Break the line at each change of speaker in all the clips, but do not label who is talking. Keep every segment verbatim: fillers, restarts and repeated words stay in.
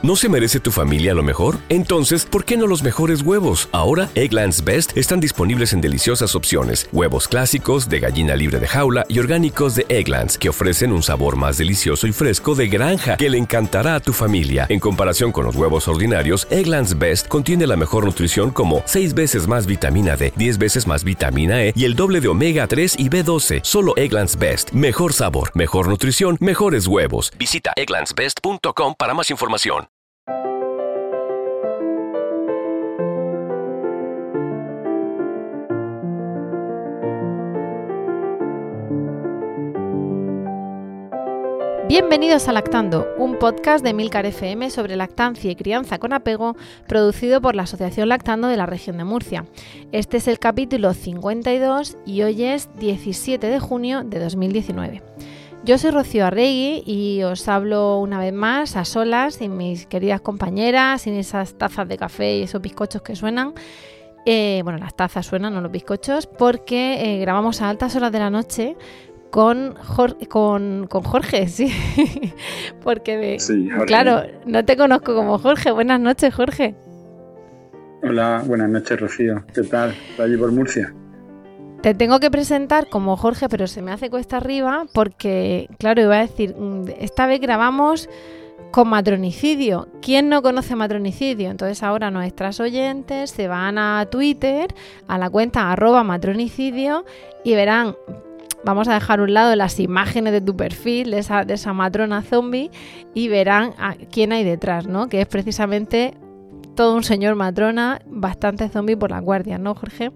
¿No se merece tu familia lo mejor? Entonces, ¿por qué no los mejores huevos? Ahora, Eggland's Best están disponibles en deliciosas opciones. Huevos clásicos, de gallina libre de jaula y orgánicos de Eggland's, que ofrecen un sabor más delicioso y fresco de granja que le encantará a tu familia. En comparación con los huevos ordinarios, Eggland's Best contiene la mejor nutrición como seis veces más vitamina D, diez veces más vitamina E y el doble de omega tres y B doce. Solo Eggland's Best. Mejor sabor, mejor nutrición, mejores huevos. Visita egglands best punto com para más información.
Bienvenidos a Lactando, un podcast de Milcar F M sobre lactancia y crianza con apego, producido por la Asociación Lactando de la región de Murcia. Este es el capítulo cincuenta y dos y hoy es diecisiete de junio de dos mil diecinueve. Yo soy Rocío Arregui y os hablo una vez más a solas, sin mis queridas compañeras, sin esas tazas de café y esos bizcochos que suenan. Eh, bueno, las tazas suenan, no los bizcochos, porque eh, grabamos a altas horas de la noche Con Jorge, con, con Jorge, sí, porque me,
sí,
claro, no te conozco como Jorge. Buenas noches, Jorge.
Hola, buenas noches, Rocío. ¿Qué tal? ¿Estás allí por Murcia?
Te tengo que presentar como Jorge, pero se me hace cuesta arriba porque, claro, iba a decir, esta vez grabamos con matronicidio. ¿Quién no conoce matronicidio? Entonces ahora nuestras oyentes se van a Twitter, a la cuenta arroba matronicidio y verán... Vamos a dejar a un lado las imágenes de tu perfil, de esa, de esa matrona zombie, y verán a quién hay detrás, ¿no? Que es precisamente todo un señor matrona, bastante zombie por las guardias, ¿no, Jorge?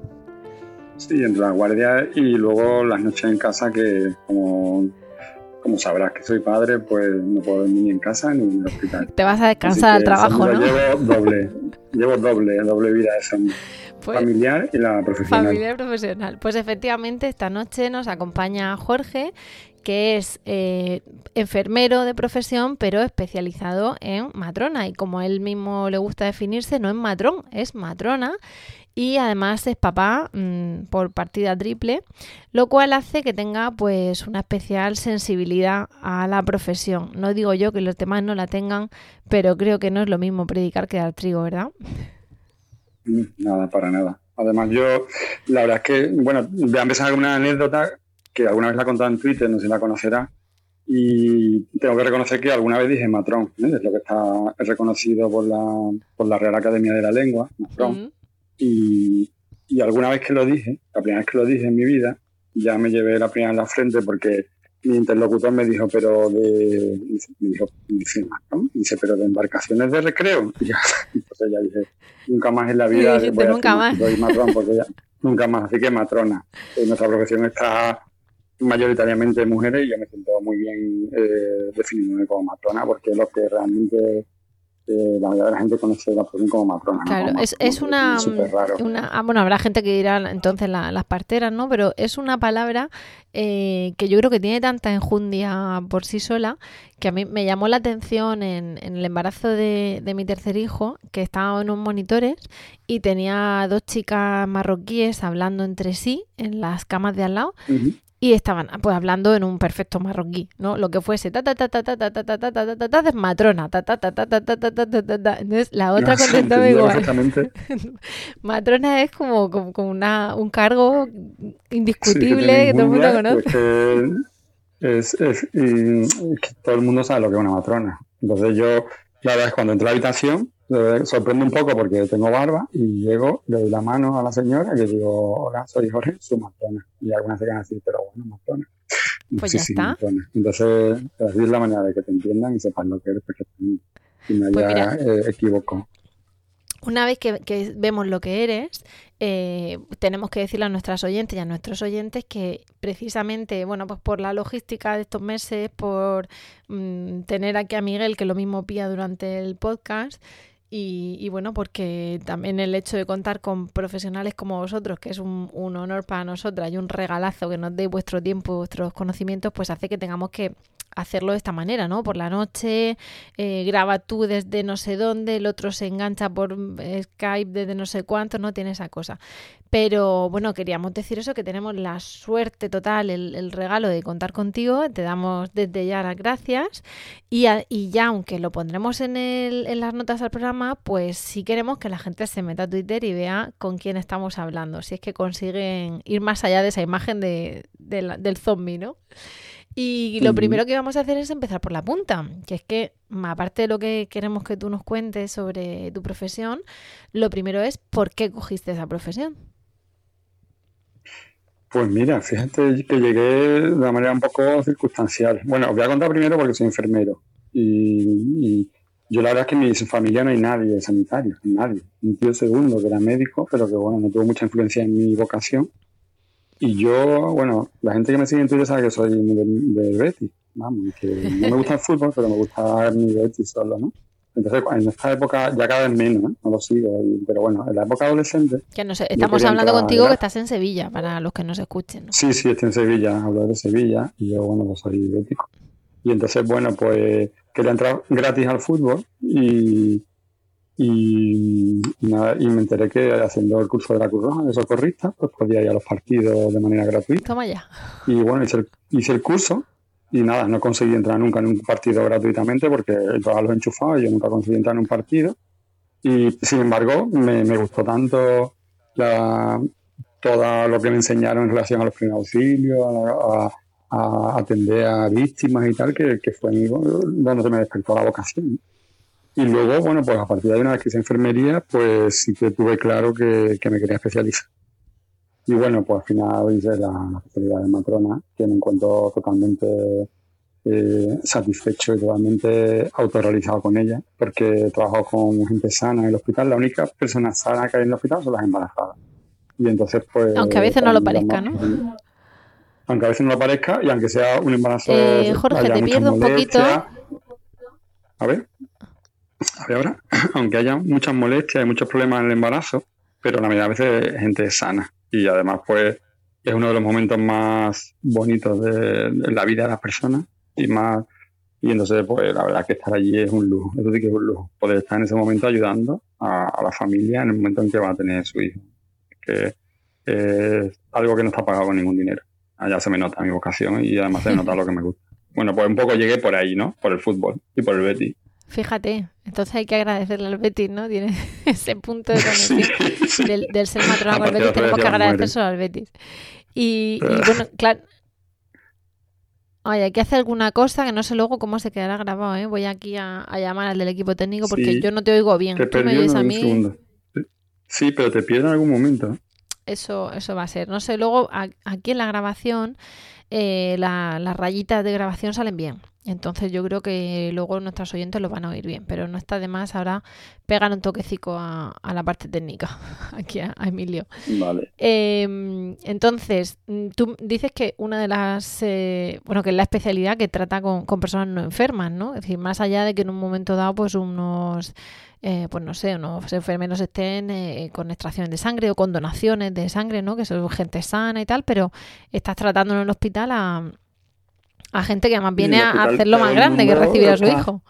Sí, entre las guardias y luego las noches en casa que, como, como sabrás que soy padre, pues no puedo dormir ni en casa ni en el hospital.
Te vas a descansar al trabajo, ¿no?
Llevo doble, llevo doble, doble vida de zombie. Pues, familiar y la profesional.
Familiar y profesional. Pues efectivamente esta noche nos acompaña Jorge, que es eh, enfermero de profesión, pero especializado en matrona. Y como él mismo le gusta definirse, no es matrón, es matrona. Y además es papá mmm, por partida triple, lo cual hace que tenga pues una especial sensibilidad a la profesión. No digo yo que los demás no la tengan, pero creo que no es lo mismo predicar que dar trigo, ¿verdad?
Nada, para nada. Además yo, la verdad es que, bueno, voy a empezar con una anécdota que alguna vez la he contado en Twitter, no sé si la conocerá, y tengo que reconocer que alguna vez dije matrón, ¿eh? Es lo que está reconocido por la, por la Real Academia de la Lengua, matrón, mm. y, y alguna vez que lo dije, la primera vez que lo dije en mi vida, ya me llevé la primera en la frente porque mi interlocutor me dijo, pero de... Me dijo, dice, ¿no? Dice, pero de embarcaciones de recreo. Y ya, entonces ya dije, nunca más en la vida
sí,
voy
nunca
a
más.
Soy matrón, porque ya, nunca más. Así que matrona. Eh, nuestra profesión está mayoritariamente mujeres y yo me siento muy bien eh, definiéndome como matrona, porque es lo que realmente... Eh, la mayoría de la gente conoce la profesión como matrona.
Claro,
¿no? Como
es, es una,
es súper raro.
una ah, bueno, habrá gente que dirá entonces la, las parteras, ¿no? Pero es una palabra eh, que yo creo que tiene tanta enjundia por sí sola que a mí me llamó la atención en, en el embarazo de, de mi tercer hijo, que estaba en unos monitores y tenía dos chicas marroquíes hablando entre sí en las camas de al lado. Uh-huh. Y estaban pues hablando en un perfecto marroquí, ¿no? Lo que fuese ta ta ta ta ta ta ta ta ta ta ta ta ta matrona, ta ta ta ta ta ta ta ta ta ta. Entonces la otra contestaba igual. Matrona es como, como, como una, un cargo indiscutible sí, que, que todo el mundo conoce.
Pues, es, es, es, es, todo el mundo sabe lo que es una matrona. Entonces yo, la verdad es que cuando entro a la habitación, me sorprende un poco porque tengo barba y llego, le doy la mano a la señora y le digo, hola, soy Jorge, su matrona. Y algunas se quedan así, pero bueno, matrona.
Pues
sí,
ya
sí,
está.
Matrona. Entonces, así es la manera de que te entiendan y sepan lo que eres perfectamente. Y me
pues
haya eh, equivocado.
Una vez que, que vemos lo que eres, eh, tenemos que decirle a nuestras oyentes y a nuestros oyentes que precisamente, bueno, pues por la logística de estos meses, por mmm, tener aquí a Miguel, que lo mismo pilla durante el podcast, y, y bueno, porque también el hecho de contar con profesionales como vosotros, que es un, un honor para nosotras y un regalazo que nos deis vuestro tiempo, vuestros conocimientos, pues hace que tengamos que hacerlo de esta manera, ¿no? Por la noche, eh, graba tú desde no sé dónde, el otro se engancha por Skype desde no sé cuánto, no tiene esa cosa. Pero bueno, queríamos decir eso, que tenemos la suerte total, el, el regalo de contar contigo, te damos desde ya las gracias y, a, y ya, aunque lo pondremos en, el, en las notas del programa, pues sí queremos que la gente se meta a Twitter y vea con quién estamos hablando, si es que consiguen ir más allá de esa imagen de, de la, del zombie, ¿no? Y lo uh-huh. primero que vamos a hacer es empezar por la punta, que es que, aparte de lo que queremos que tú nos cuentes sobre tu profesión, lo primero es ¿por qué cogiste esa profesión?
Pues mira, fíjate que llegué de una manera un poco circunstancial. Bueno, os voy a contar primero porque soy enfermero. Y, y yo la verdad es que en mi familia no hay nadie sanitario, nadie. Un tío segundo que era médico, pero que bueno, no tuvo mucha influencia en mi vocación. Y yo, bueno, la gente que me sigue en Twitter sabe que soy de, de Betis. Vamos, que no me gusta el fútbol, pero me gusta mi Betis solo, ¿no? Entonces, en esta época, ya cada vez menos, ¿eh? No lo sigo, y, pero bueno, en la época adolescente...
Que no sé, estamos hablando contigo que estás en Sevilla, para los que nos escuchen, ¿no?
Sí, sí, estoy en Sevilla, hablo de Sevilla, y yo, bueno, pues soy bético. Y entonces, bueno, pues quería entrar gratis al fútbol, y, y, y, nada, y me enteré que haciendo el curso de la Cruz Roja, de socorrista, pues podía ir a los partidos de manera gratuita.
Toma ya.
Y bueno, hice el, hice el curso, y nada, no conseguí entrar nunca en un partido gratuitamente porque todos los enchufados y yo nunca conseguí entrar en un partido. Y sin embargo, me, me gustó tanto la, todo lo que me enseñaron en relación a los primeros auxilios, a, a, a atender a víctimas y tal, que, que fue donde se me despertó la vocación. Y luego, bueno, pues a partir de una vez que hice enfermería, pues sí que tuve claro que, que me quería especializar. Y bueno, pues al final hice la, la especialidad de matrona, que me encuentro totalmente eh, satisfecho y totalmente autorrealizado con ella, porque trabajo con gente sana en el hospital. La única persona sana que hay en el hospital son las embarazadas. Y entonces, pues...
Aunque a veces no lo parezca, ¿no?
Aunque a veces no lo parezca y aunque sea un embarazo...
Eh, Jorge, te pierdo un poquito.
A ver. A ver ahora. Aunque haya muchas molestias y muchos problemas en el embarazo, pero la mayoría de veces es gente sana. Y además, pues, es uno de los momentos más bonitos de, de la vida de las personas y más... Y entonces, pues, la verdad que estar allí es un lujo. Eso sí que es un lujo. Poder estar en ese momento ayudando a, a la familia en el momento en que va a tener su hijo. Que es algo que no está pagado con ningún dinero. Allá se me nota mi vocación y además se me nota lo que me gusta. Bueno, pues un poco llegué por ahí, ¿no? Por el fútbol y por el Betis.
Fíjate, entonces hay que agradecerle al Betis, ¿no? Tiene ese punto de conexión sí, sí. Del, del ser matrona con el Betis, tenemos que agradecer solo al Betis. Y, y bueno, claro, oye, hay que hacer alguna cosa que no sé luego cómo se quedará grabado, ¿eh? Voy aquí a, a llamar al del equipo técnico porque sí, yo no te oigo bien.
Te
Tú me oyes a mí.
Segundo. Sí, pero te pierdo en algún momento.
Eso, eso va a ser. No sé, luego a, aquí en la grabación eh, la, las rayitas de grabación salen bien. Entonces yo creo que luego nuestros oyentes lo van a oír bien, pero no está de más ahora pegar un toquecico a, a la parte técnica, aquí a, a Emilio.
Vale.
Eh, entonces, tú dices que una de las, eh, bueno, que es la especialidad que trata con, con personas no enfermas, ¿no? Es decir, más allá de que en un momento dado, pues unos, eh, pues no sé, unos enfermeros estén eh, con extracciones de sangre o con donaciones de sangre, ¿no? Que son gente sana y tal, pero estás tratando en el hospital a... a gente que además viene a hacerlo más grande que recibir a su
está...
hijo.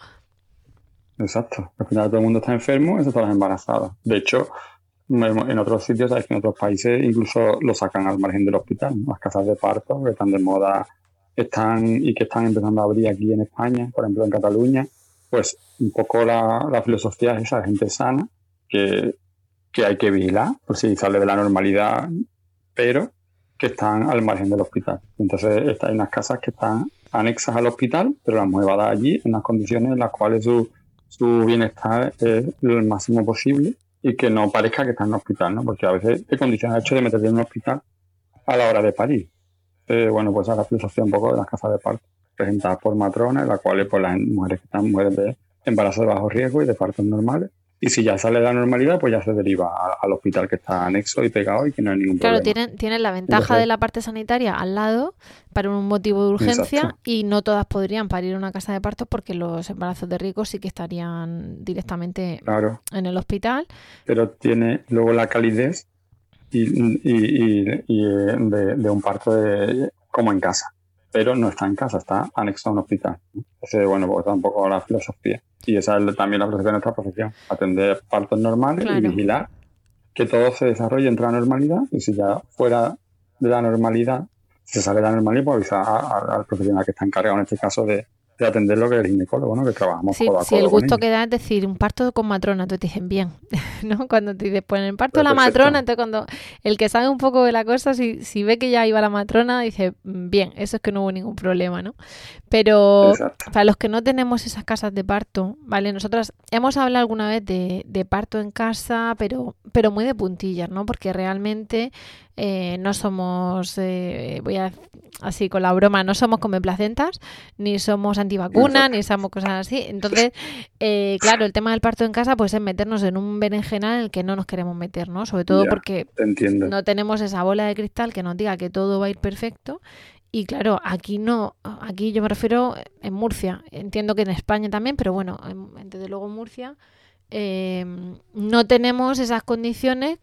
Exacto. Al final todo el mundo está enfermo, excepto las embarazadas. De hecho, en otros sitios, sabes que en otros países incluso lo sacan al margen del hospital, ¿no? Las casas de parto que están de moda están y que están empezando a abrir aquí en España, por ejemplo en Cataluña, pues un poco la, la filosofía es esa de gente sana que, que hay que vigilar por si sale de la normalidad, pero que están al margen del hospital. Entonces hay unas casas que están anexas al hospital, pero las mueven allí en unas condiciones en las cuales su, su bienestar es lo máximo posible y que no parezca que está en un hospital, ¿no? Porque a veces te condiciona el hecho de meterte en un hospital a la hora de parir. Eh, bueno, pues esa es la filosofía un poco de las casas de parto, presentadas por matronas, en las cuales pues, las mujeres que están mujeres de embarazo de bajo riesgo y de partos normales. Y si ya sale de la normalidad, pues ya se deriva a, al hospital que está anexo y pegado y que no hay ningún
claro,
problema.
Claro, tienen, tienen la ventaja Entonces, de la parte sanitaria al lado para un motivo de urgencia exacto. Y no todas podrían parir en una casa de partos porque los embarazos de riesgo sí que estarían directamente
claro.
en el hospital.
Pero tiene luego la calidez y, y, y, y de, de un parto de, como en casa. pero no está en casa, está anexo a un hospital. Entonces, bueno, pues está un poco la filosofía. Y esa es también la filosofía de nuestra profesión, atender partos normales
Claro.
y vigilar que todo se desarrolle entre la normalidad, y si ya fuera de la normalidad, si se sale de la normalidad, pues avisar a- a- al profesional que está encargado en este caso de, de atender lo que es el ginecólogo, ¿no? Que trabajamos
Sí,
codo a
sí, el
codo con
gusto
ellos.
que da es decir, un parto con matrona, tú te dicen bien, ¿no? Cuando te dicen, pues en el parto
Pues
la
perfecto.
matrona, entonces cuando el que sabe un poco de la cosa, si, si ve que ya iba la matrona, dice, "Mm, bien, eso es que no hubo ningún problema, ¿no?" Pero
Exacto.
para los que no tenemos esas casas de parto, ¿vale? Nosotras hemos hablado alguna vez de, de parto en casa, pero, pero muy de puntillas, ¿no? Porque realmente eh, no somos, eh, voy a así con la broma, no somos comeplacentas, ni somos antivacunas,
Exacto.
ni somos cosas así. Entonces, eh, claro, el tema del parto en casa pues es meternos en un berenjenal en el que no nos queremos meter, ¿no? Sobre todo
Ya,
porque
te entiendo.
no tenemos esa bola de cristal que nos diga que todo va a ir perfecto. Y claro, aquí no, aquí yo me refiero en Murcia, entiendo que en España también, pero bueno, en- desde luego en Murcia eh, no tenemos esas condiciones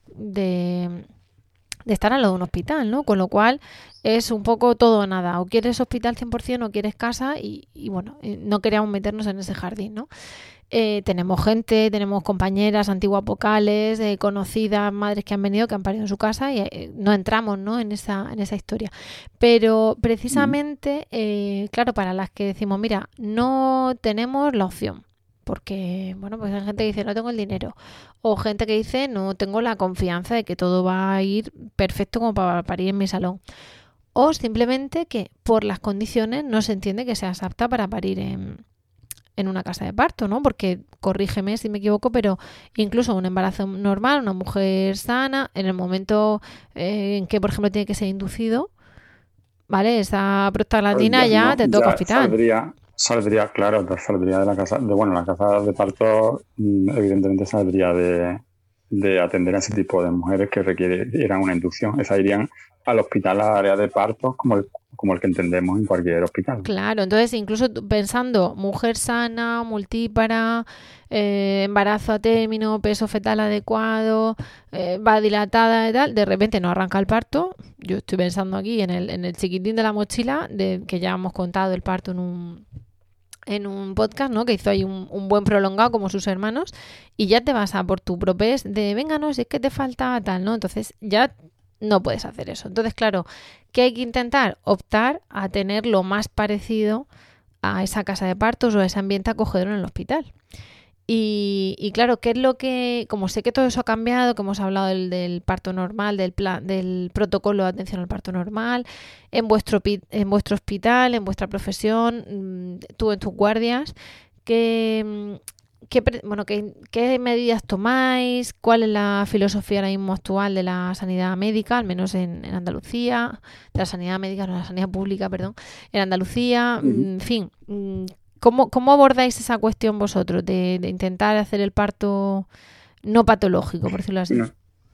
de, de estar al lado de un hospital, ¿no? Con lo cual es un poco todo o nada, o quieres hospital cien por ciento o quieres casa y, y bueno, eh, no queríamos meternos en ese jardín, ¿no? Eh, tenemos gente, tenemos compañeras antiguas vocales, eh, conocidas, madres que han venido, que han parido en su casa y eh, no entramos, ¿no? en esa en esa historia. Pero precisamente, eh, claro, para las que decimos, mira, no tenemos la opción, porque, bueno, pues hay gente que dice, no tengo el dinero, o gente que dice, no tengo la confianza de que todo va a ir perfecto como para parir en mi salón. O simplemente que por las condiciones no se entiende que seas apta para parir en, en una casa de parto, ¿no? Porque, corrígeme si me equivoco, pero incluso un embarazo normal, una mujer sana, en el momento eh, en que, por ejemplo, tiene que ser inducido, ¿vale? Esa
Pues
prostaglandina
ya,
ya
no,
te toca
ya
hospital.
saldría, saldría, claro, saldría de la casa, de, bueno, la casa de parto mm, evidentemente saldría de, de atender a ese tipo de mujeres que requieran una inducción. Esas irían al hospital, al área de partos, como el, como el que entendemos en cualquier hospital.
Claro, entonces incluso tú pensando mujer sana, multípara, eh, embarazo a término, peso fetal adecuado, eh, va dilatada y tal, de repente no arranca el parto. Yo estoy pensando aquí en el, en el chiquitín de la mochila, de, que ya hemos contado el parto en un, en un podcast, ¿no? Que hizo ahí un, un buen prolongado como sus hermanos, y ya te vas a por tu propés de, venga, no, si es que te falta tal, ¿no? Entonces ya no puedes hacer eso. Entonces, claro, ¿qué hay que intentar? Optar a tener lo más parecido a esa casa de partos o a ese ambiente acogedor en el hospital. Y, y claro, ¿qué es lo que, como sé que todo eso ha cambiado, que hemos hablado del, del parto normal, del plan, del protocolo de atención al parto normal, en vuestro, en vuestro hospital, en vuestra profesión, tú en tus guardias, ¿qué, qué, bueno, qué, qué medidas tomáis? ¿Cuál es la filosofía ahora mismo actual de la sanidad médica, al menos en, en Andalucía, de la sanidad médica, no, la sanidad pública, perdón, en Andalucía,
Uh-huh.
en fin, ¿Cómo, ¿Cómo abordáis esa cuestión vosotros de, de intentar hacer el parto no patológico, por decirlo así?
No.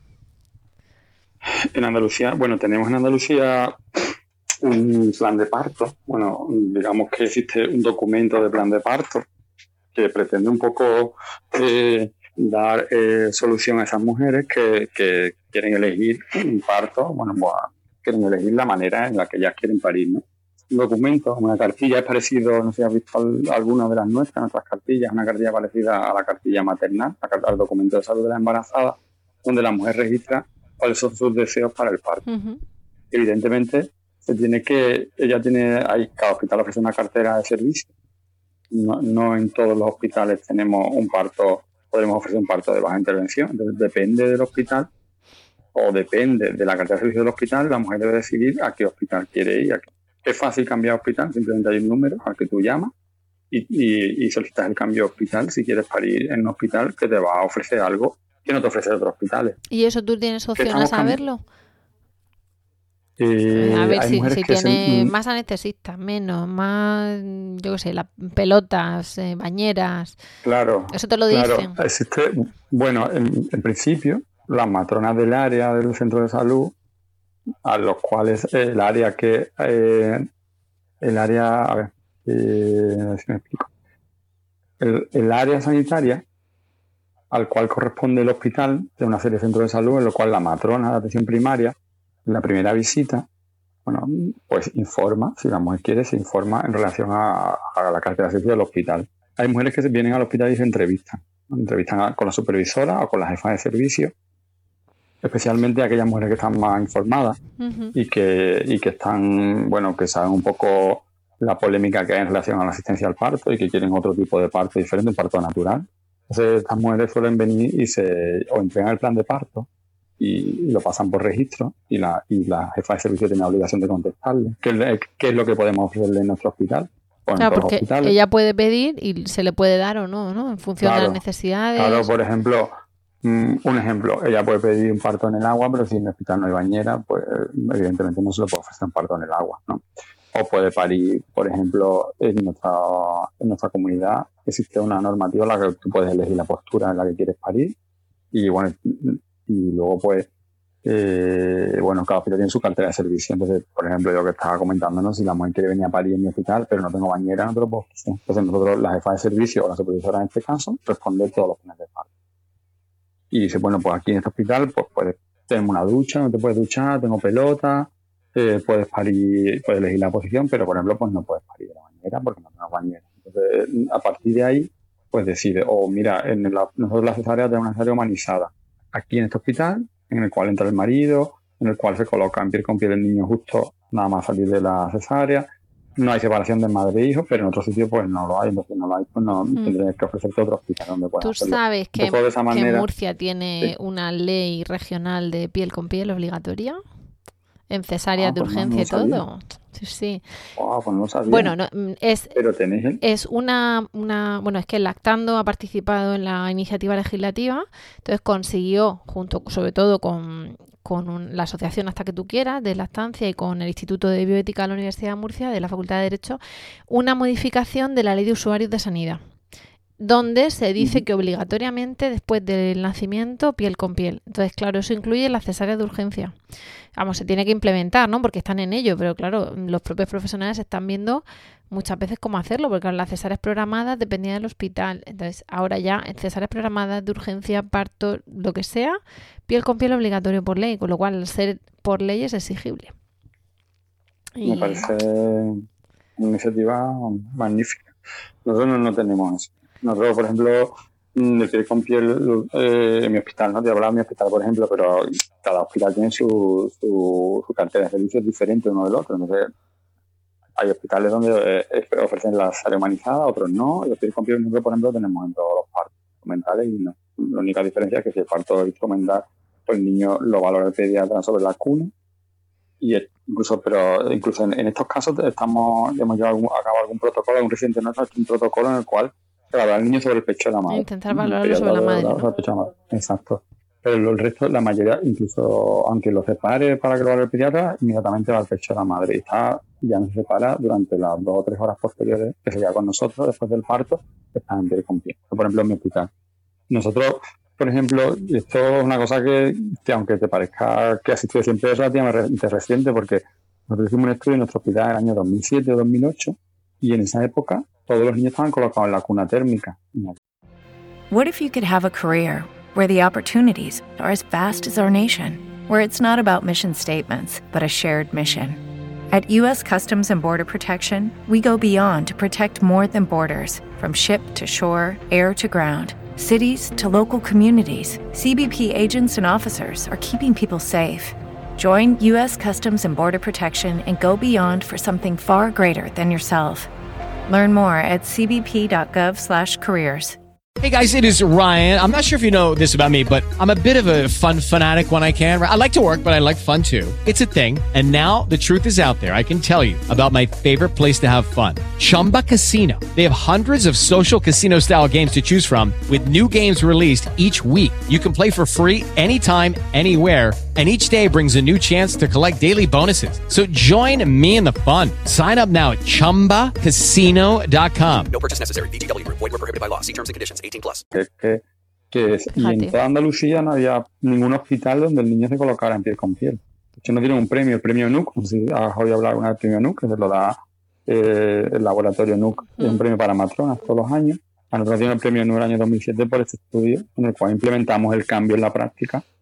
En Andalucía, bueno, tenemos en Andalucía un plan de parto. Bueno, digamos que existe un documento de plan de parto que pretende un poco eh, dar eh, solución a esas mujeres que, que quieren elegir un parto, bueno, pues, quieren elegir la manera en la que ellas quieren parir, ¿no? Un documento, una cartilla, es parecido, no sé si has visto alguna de las nuestras, nuestras cartillas, una cartilla parecida a la cartilla maternal, al documento de salud de la embarazada, donde la mujer registra cuáles son sus deseos para el parto.
Uh-huh.
Evidentemente, se tiene que, ella tiene, hay, cada hospital ofrece una cartera de servicio. No, no en todos los hospitales tenemos un parto, podemos ofrecer un parto de baja intervención. Entonces, depende del hospital o depende de la cartera de servicio del hospital, la mujer debe decidir a qué hospital quiere ir. A qué. Es fácil cambiar de hospital, simplemente hay un número al que tú llamas y, y, y solicitas el cambio de hospital si quieres parir en un hospital que te va a ofrecer algo que no te ofrece otros hospitales.
¿Y eso tú tienes opción a saberlo?
Eh,
a ver,
hay
si,
mujeres
si
que
tiene
se...
más anestesistas, menos, más, yo qué sé, las pelotas, eh, bañeras.
Claro.
Eso te lo
claro,
dicen.
Existe, bueno, en, en principio, las matronas del área del centro de salud, a los cuales el área que eh, el área a ver, eh, a ver si me explico el, el área sanitaria al cual corresponde el hospital de una serie de centros de salud, en lo cual la matrona de atención primaria en la primera visita bueno, pues informa, si la mujer quiere, se informa en relación a, a la cartera de servicio del hospital. Hay mujeres que vienen al hospital y se entrevistan, entrevistan con la supervisora o con la jefa de servicio, especialmente aquellas mujeres que están más informadas uh-huh. y que y que están, bueno, que saben un poco la polémica que hay en relación a la asistencia al parto y que quieren otro tipo de parto diferente, un parto natural. Entonces estas mujeres suelen venir y se o entregan el plan de parto y lo pasan por registro y la y la jefa de servicio tiene la obligación de contestarle qué, qué es lo que podemos ofrecerle en nuestro hospital.
Claro, porque ella puede pedir y se le puede dar o no, ¿no? En función claro, de las necesidades.
Claro, por ejemplo, um, un ejemplo, ella puede pedir un parto en el agua, pero si en el hospital no hay bañera, pues evidentemente no se le puede ofrecer un parto en el agua, ¿no? O puede parir, por ejemplo, en nuestra, en nuestra comunidad existe una normativa en la que tú puedes elegir la postura en la que quieres parir y bueno, y luego pues Eh, bueno, cada hospital tiene su cartera de servicio. Entonces, por ejemplo, yo que estaba comentando, ¿no? Si la mujer quiere venir a parir en mi hospital, pero no tengo bañera, no te lo puedo ofrecer. Entonces, nosotros, la jefa de servicio o la supervisora en este caso, responde todos los planes de parto. Y dice, bueno, pues aquí en este hospital, pues puedes tener una ducha, no te puedes duchar, tengo pelota, eh, puedes parir, puedes elegir la posición, pero por ejemplo, pues no puedes parir de la bañera porque no tengo bañera. Entonces, a partir de ahí, pues decide, o oh, mira, en la, nosotros la cesárea tenemos una cesárea humanizada. Aquí en este hospital, en el cual entra el marido, en el cual se coloca en piel con piel el niño justo nada más salir de la cesárea. No hay separación de madre e hijo, pero en otro sitio pues no lo hay, entonces no lo hay, pues no mm. tendrías que ofrecerte otro hospital donde puedas
Tú
hacerlo.
sabes que,
de esa manera,
que Murcia tiene
sí.
una ley regional de piel con piel obligatoria en cesáreas ah, de urgencia
pues no, no
y todo. Sí, sí.
Oh, pues no lo sabía.
Bueno, no, es,
pero tenéis el...
es una, una, bueno, es que Lactando ha participado en la iniciativa legislativa, entonces consiguió, junto sobre todo con, con un, la asociación Hasta que tú quieras de lactancia y con el Instituto de Bioética de la Universidad de Murcia, de la Facultad de Derecho, una modificación de la Ley de Usuarios de Sanidad, donde se dice uh-huh. que obligatoriamente después del nacimiento piel con piel. Entonces, claro, eso incluye las cesáreas de urgencia. Vamos, se tiene que implementar, ¿no? Porque están en ello, pero claro, los propios profesionales están viendo muchas veces cómo hacerlo, porque claro, las cesáreas programadas dependían del hospital. Entonces, ahora ya en cesáreas programadas de urgencia, parto, lo que sea, piel con piel obligatorio por ley, con lo cual al ser por ley es exigible.
Y... Me parece una iniciativa magnífica. Nosotros no, no tenemos eso. Nosotros, por ejemplo, de piel con piel eh, en mi hospital, ¿no? Te hablaba de mi hospital, por ejemplo, pero cada hospital tiene su, su, su cartera de servicios diferente uno del otro. Entonces, hay hospitales donde eh, ofrecen la cesárea humanizada, otros no. Y el piel con piel, nosotros, por ejemplo, tenemos en todos los partos instrumentales y no. La única diferencia es que si el parto es instrumental, pues el niño lo valora el pediatra sobre la cuna. Y incluso, pero incluso en, en estos casos estamos, hemos llevado a cabo algún protocolo, algún reciente nuestro, un protocolo en el cual valorar al niño sobre el pecho de la madre.
Intentar valorarlo sobre la madre.
¿no? Sobre el pecho de la madre. Exacto. Pero el resto, la mayoría, incluso aunque lo separe para que lo valore el pediatra, inmediatamente va al pecho de la madre. Y está, ya no se separa durante las dos o tres horas posteriores que se queda con nosotros después del parto, está en piel con piel. Por ejemplo, en mi hospital. Nosotros, por ejemplo, esto es una cosa que, que aunque te parezca que ha existido siempre, es relativamente reciente, porque nosotros hicimos un estudio en nuestro hospital en el año dos mil siete o dos mil ocho, y en esa época todos los niños estaban colocados en la cuna térmica.
What if you could have a career where the opportunities are as vast as our nation, where it's not about mission statements, but a shared mission? At U S Customs and Border Protection, we go beyond to protect more than borders, from ship to shore, air to ground. Cities to local communities, C B P agents and officers are keeping people safe. Join U S Customs and Border Protection and go beyond for something far greater than yourself. Learn more at cbp.gov slash careers.
Hey guys, it is Ryan. I'm not sure if you know this about me, but I'm a bit of a fun fanatic when I can. I like to work, but I like fun too. It's a thing. And now the truth is out there. I can tell you about my favorite place to have fun. Chumba Casino. They have hundreds of social casino style games to choose from with new games released each week. You can play for free anytime, anywhere. And each day brings a new chance to collect daily bonuses. So join me in the fun. Sign up now at chumba casino dot com.
No purchase necessary. V G W Group. Void where prohibited by law. See terms and conditions. eighteen plus.
Que, que, que es, y en toda Andalucía no había ningún hospital donde el niño se colocara en piel con piel. De hecho, no dieron un premio, el premio N U C. No sé si has oído hablar alguna del premio N U C, que se lo da eh, el laboratorio N U C. Mm. Es un premio para matronas todos los años. A nosotros dieron el premio N U C el año dos mil siete por este estudio, en el cual implementamos el cambio en la práctica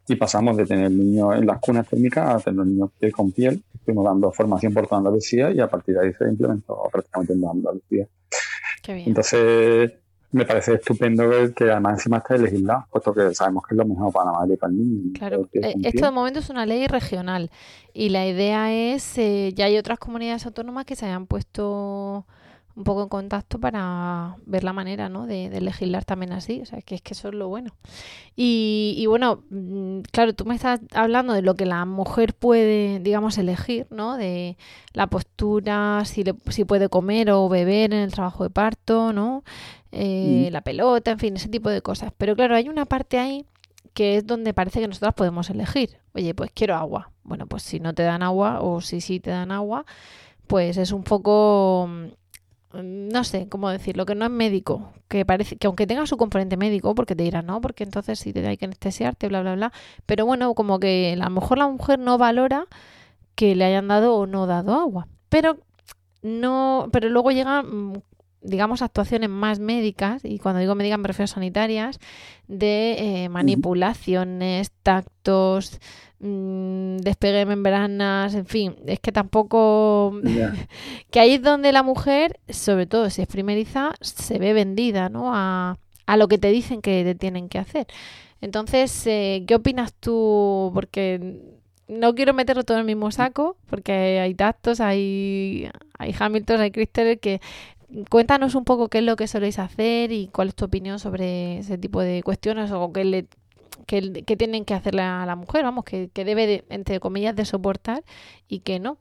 y pasamos de tener niños en las cunas térmicas a tener niños piel con piel. Estuvimos dando formación por toda Andalucía y a partir de ahí se implementó prácticamente en toda Andalucía.
Qué bien.
Entonces, me parece estupendo que, que además encima esté legislado, puesto que sabemos que es lo mejor para la madre y para el niño.
Claro, eh, esto de momento es una ley regional y la idea es, eh, ya hay otras comunidades autónomas que se hayan puesto un poco en contacto para ver la manera, ¿no?, de, de legislar también así, o sea, que es que eso es lo bueno. Y, y bueno, claro, tú me estás hablando de lo que la mujer puede, digamos, elegir, ¿no?, de la postura, si, le, si puede comer o beber en el trabajo de parto, ¿no?, eh, mm. la pelota, en fin, ese tipo de cosas. Pero claro, hay una parte ahí que es donde parece que nosotras podemos elegir. Oye, pues quiero agua. Bueno, pues si no te dan agua o si sí te dan agua, pues es un poco... no sé cómo decirlo, que no es médico, que parece que aunque tenga su componente médico, porque te dirán, no, porque entonces sí te hay que anestesiarte, bla, bla, bla, pero bueno, como que a lo mejor la mujer no valora que le hayan dado o no dado agua, pero no, pero luego llegan, digamos, actuaciones más médicas, y cuando digo médicas me refiero a sanitarias, de eh, manipulaciones, tactos, despegue de membranas, en fin, es que tampoco yeah. que ahí es donde la mujer, sobre todo si es primeriza, se ve vendida, ¿no?, a, a lo que te dicen que te tienen que hacer. Entonces, eh, ¿qué opinas tú? Porque no quiero meterlo todo en el mismo saco, porque hay tactos, hay, hay Hamilton, hay Christel, que cuéntanos un poco qué es lo que soléis hacer y cuál es tu opinión sobre ese tipo de cuestiones, o qué le Que, que tienen que hacerle a la mujer, vamos, que, que debe, de, entre comillas, de soportar y que no.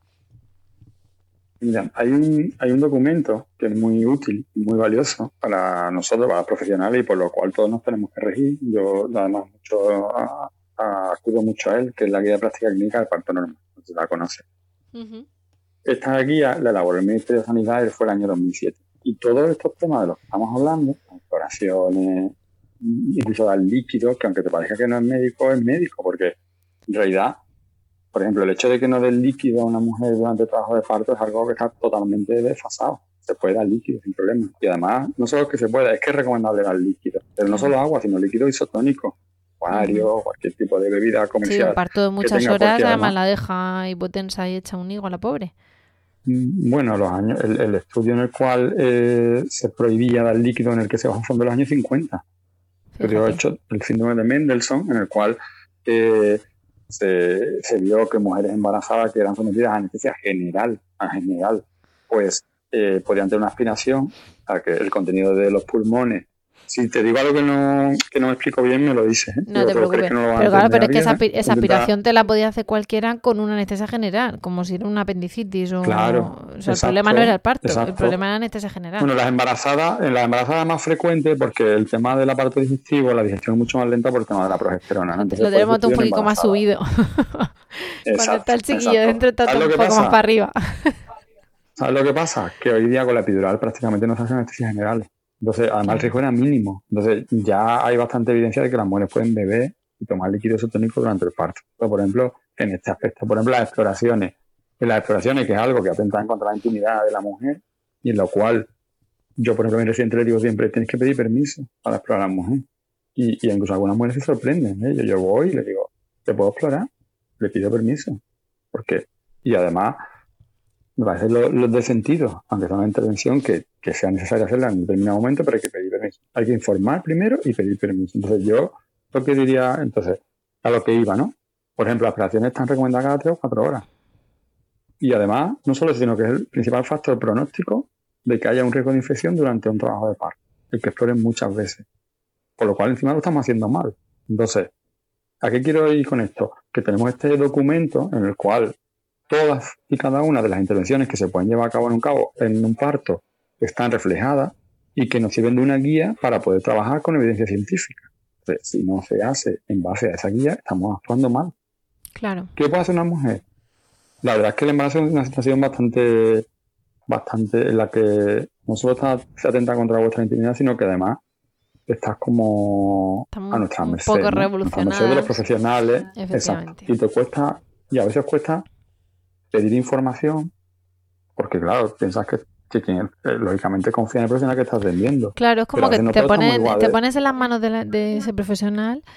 Mira, hay un, hay un documento que es muy útil y muy valioso para nosotros, para los profesionales, y por lo cual todos nos tenemos que regir. Yo, además, mucho, a, a, acudo mucho a él, que es la Guía de Práctica Clínica del Parto Normal, no sé si la conoce. Uh-huh. Esta guía la elaboró el Ministerio de Sanidad y fue el año dos mil siete. Y todos estos temas de los que estamos hablando, exploraciones, incluso dar líquidos, que aunque te parezca que no es médico, es médico, porque en realidad, por ejemplo, el hecho de que no den líquido a una mujer durante el trabajo de parto es algo que está totalmente desfasado. Se puede dar líquido sin problema. Y además, no solo que se pueda, es que es recomendable dar líquido. Pero no solo agua, sino líquido isotónico, acuario, uh-huh. cualquier tipo de bebida comercial.
Sí, un parto de muchas horas, además, además la deja hipotensa y echa un higo a la pobre.
Bueno, los años, el, el estudio en el cual eh, se prohibía dar líquido, en el que se bajó en los años cincuenta. Pero hecho el síndrome de Mendelssohn, en el cual eh, se, se vio que mujeres embarazadas que eran sometidas a anestesia general, a general, pues eh, podían tener una aspiración a que el contenido de los pulmones. Si te digo algo que no, que no me explico bien, me lo dices, ¿eh?
No te preocupes. No pero claro, pero es que esa, esa aspiración te la podía hacer cualquiera con una anestesia general, como si era una apendicitis o...
Claro.
O sea, exacto, el problema no era el parto, exacto. El problema era la anestesia general.
Bueno, las embarazadas, en las embarazadas más frecuente, porque el tema del aparato digestivo, la digestión es mucho más lenta por el tema de la progesterona, ¿no? Entonces,
lo tenemos todo un poquito más subido. Exacto, cuando está el chiquillo exacto. dentro está todo un poco pasa? más para arriba.
¿Sabes lo que pasa? Que hoy día con la epidural prácticamente no se hacen anestesias generales. Entonces, además el riesgo era mínimo. Entonces, ya hay bastante evidencia de que las mujeres pueden beber y tomar líquido isotónico durante el parto. Pero, por ejemplo, en este aspecto, por ejemplo, las exploraciones. En las exploraciones, que es algo que atenta contra la intimidad de la mujer, y en lo cual yo, por ejemplo, a mi residente le digo siempre, tienes que pedir permiso para explorar a la mujer. Y, y incluso algunas mujeres se sorprenden. ¿eh? Yo, yo voy y le digo, ¿te puedo explorar? Le pido permiso. ¿Por qué? Y además... me parece lo, lo de sentido, aunque sea una intervención que, que sea necesaria hacerla en un determinado momento, pero hay que pedir permiso. Hay que informar primero y pedir permiso. Entonces yo lo que diría, entonces, a lo que iba, ¿no? Por ejemplo, las operaciones están recomendadas cada tres o cuatro horas. Y además, no solo eso, sino que es el principal factor pronóstico de que haya un riesgo de infección durante un trabajo de parto, el que exploren muchas veces. Por lo cual encima lo estamos haciendo mal. Entonces, ¿a qué quiero ir con esto? Que tenemos este documento en el cual todas y cada una de las intervenciones que se pueden llevar a cabo en un, cabo, en un parto están reflejadas y que nos sirven de una guía para poder trabajar con evidencia científica. Entonces, si no se hace en base a esa guía, estamos actuando mal.
Claro.
¿Qué puede hacer una mujer? La verdad es que el embarazo es una situación bastante, bastante en la que no solo está, se atenta contra vuestra intimidad, sino que además estás como Estamos a nuestra merced.
Un poco
¿no?
revolucionadas.
A merced de los profesionales. Exacto. Y te cuesta, y a veces cuesta pedir información, porque claro, piensas que, que quien, eh, lógicamente confía en el profesional que estás atendiendo.
Claro, es como que te, ponen, te pones en las manos de, la, de ese profesional,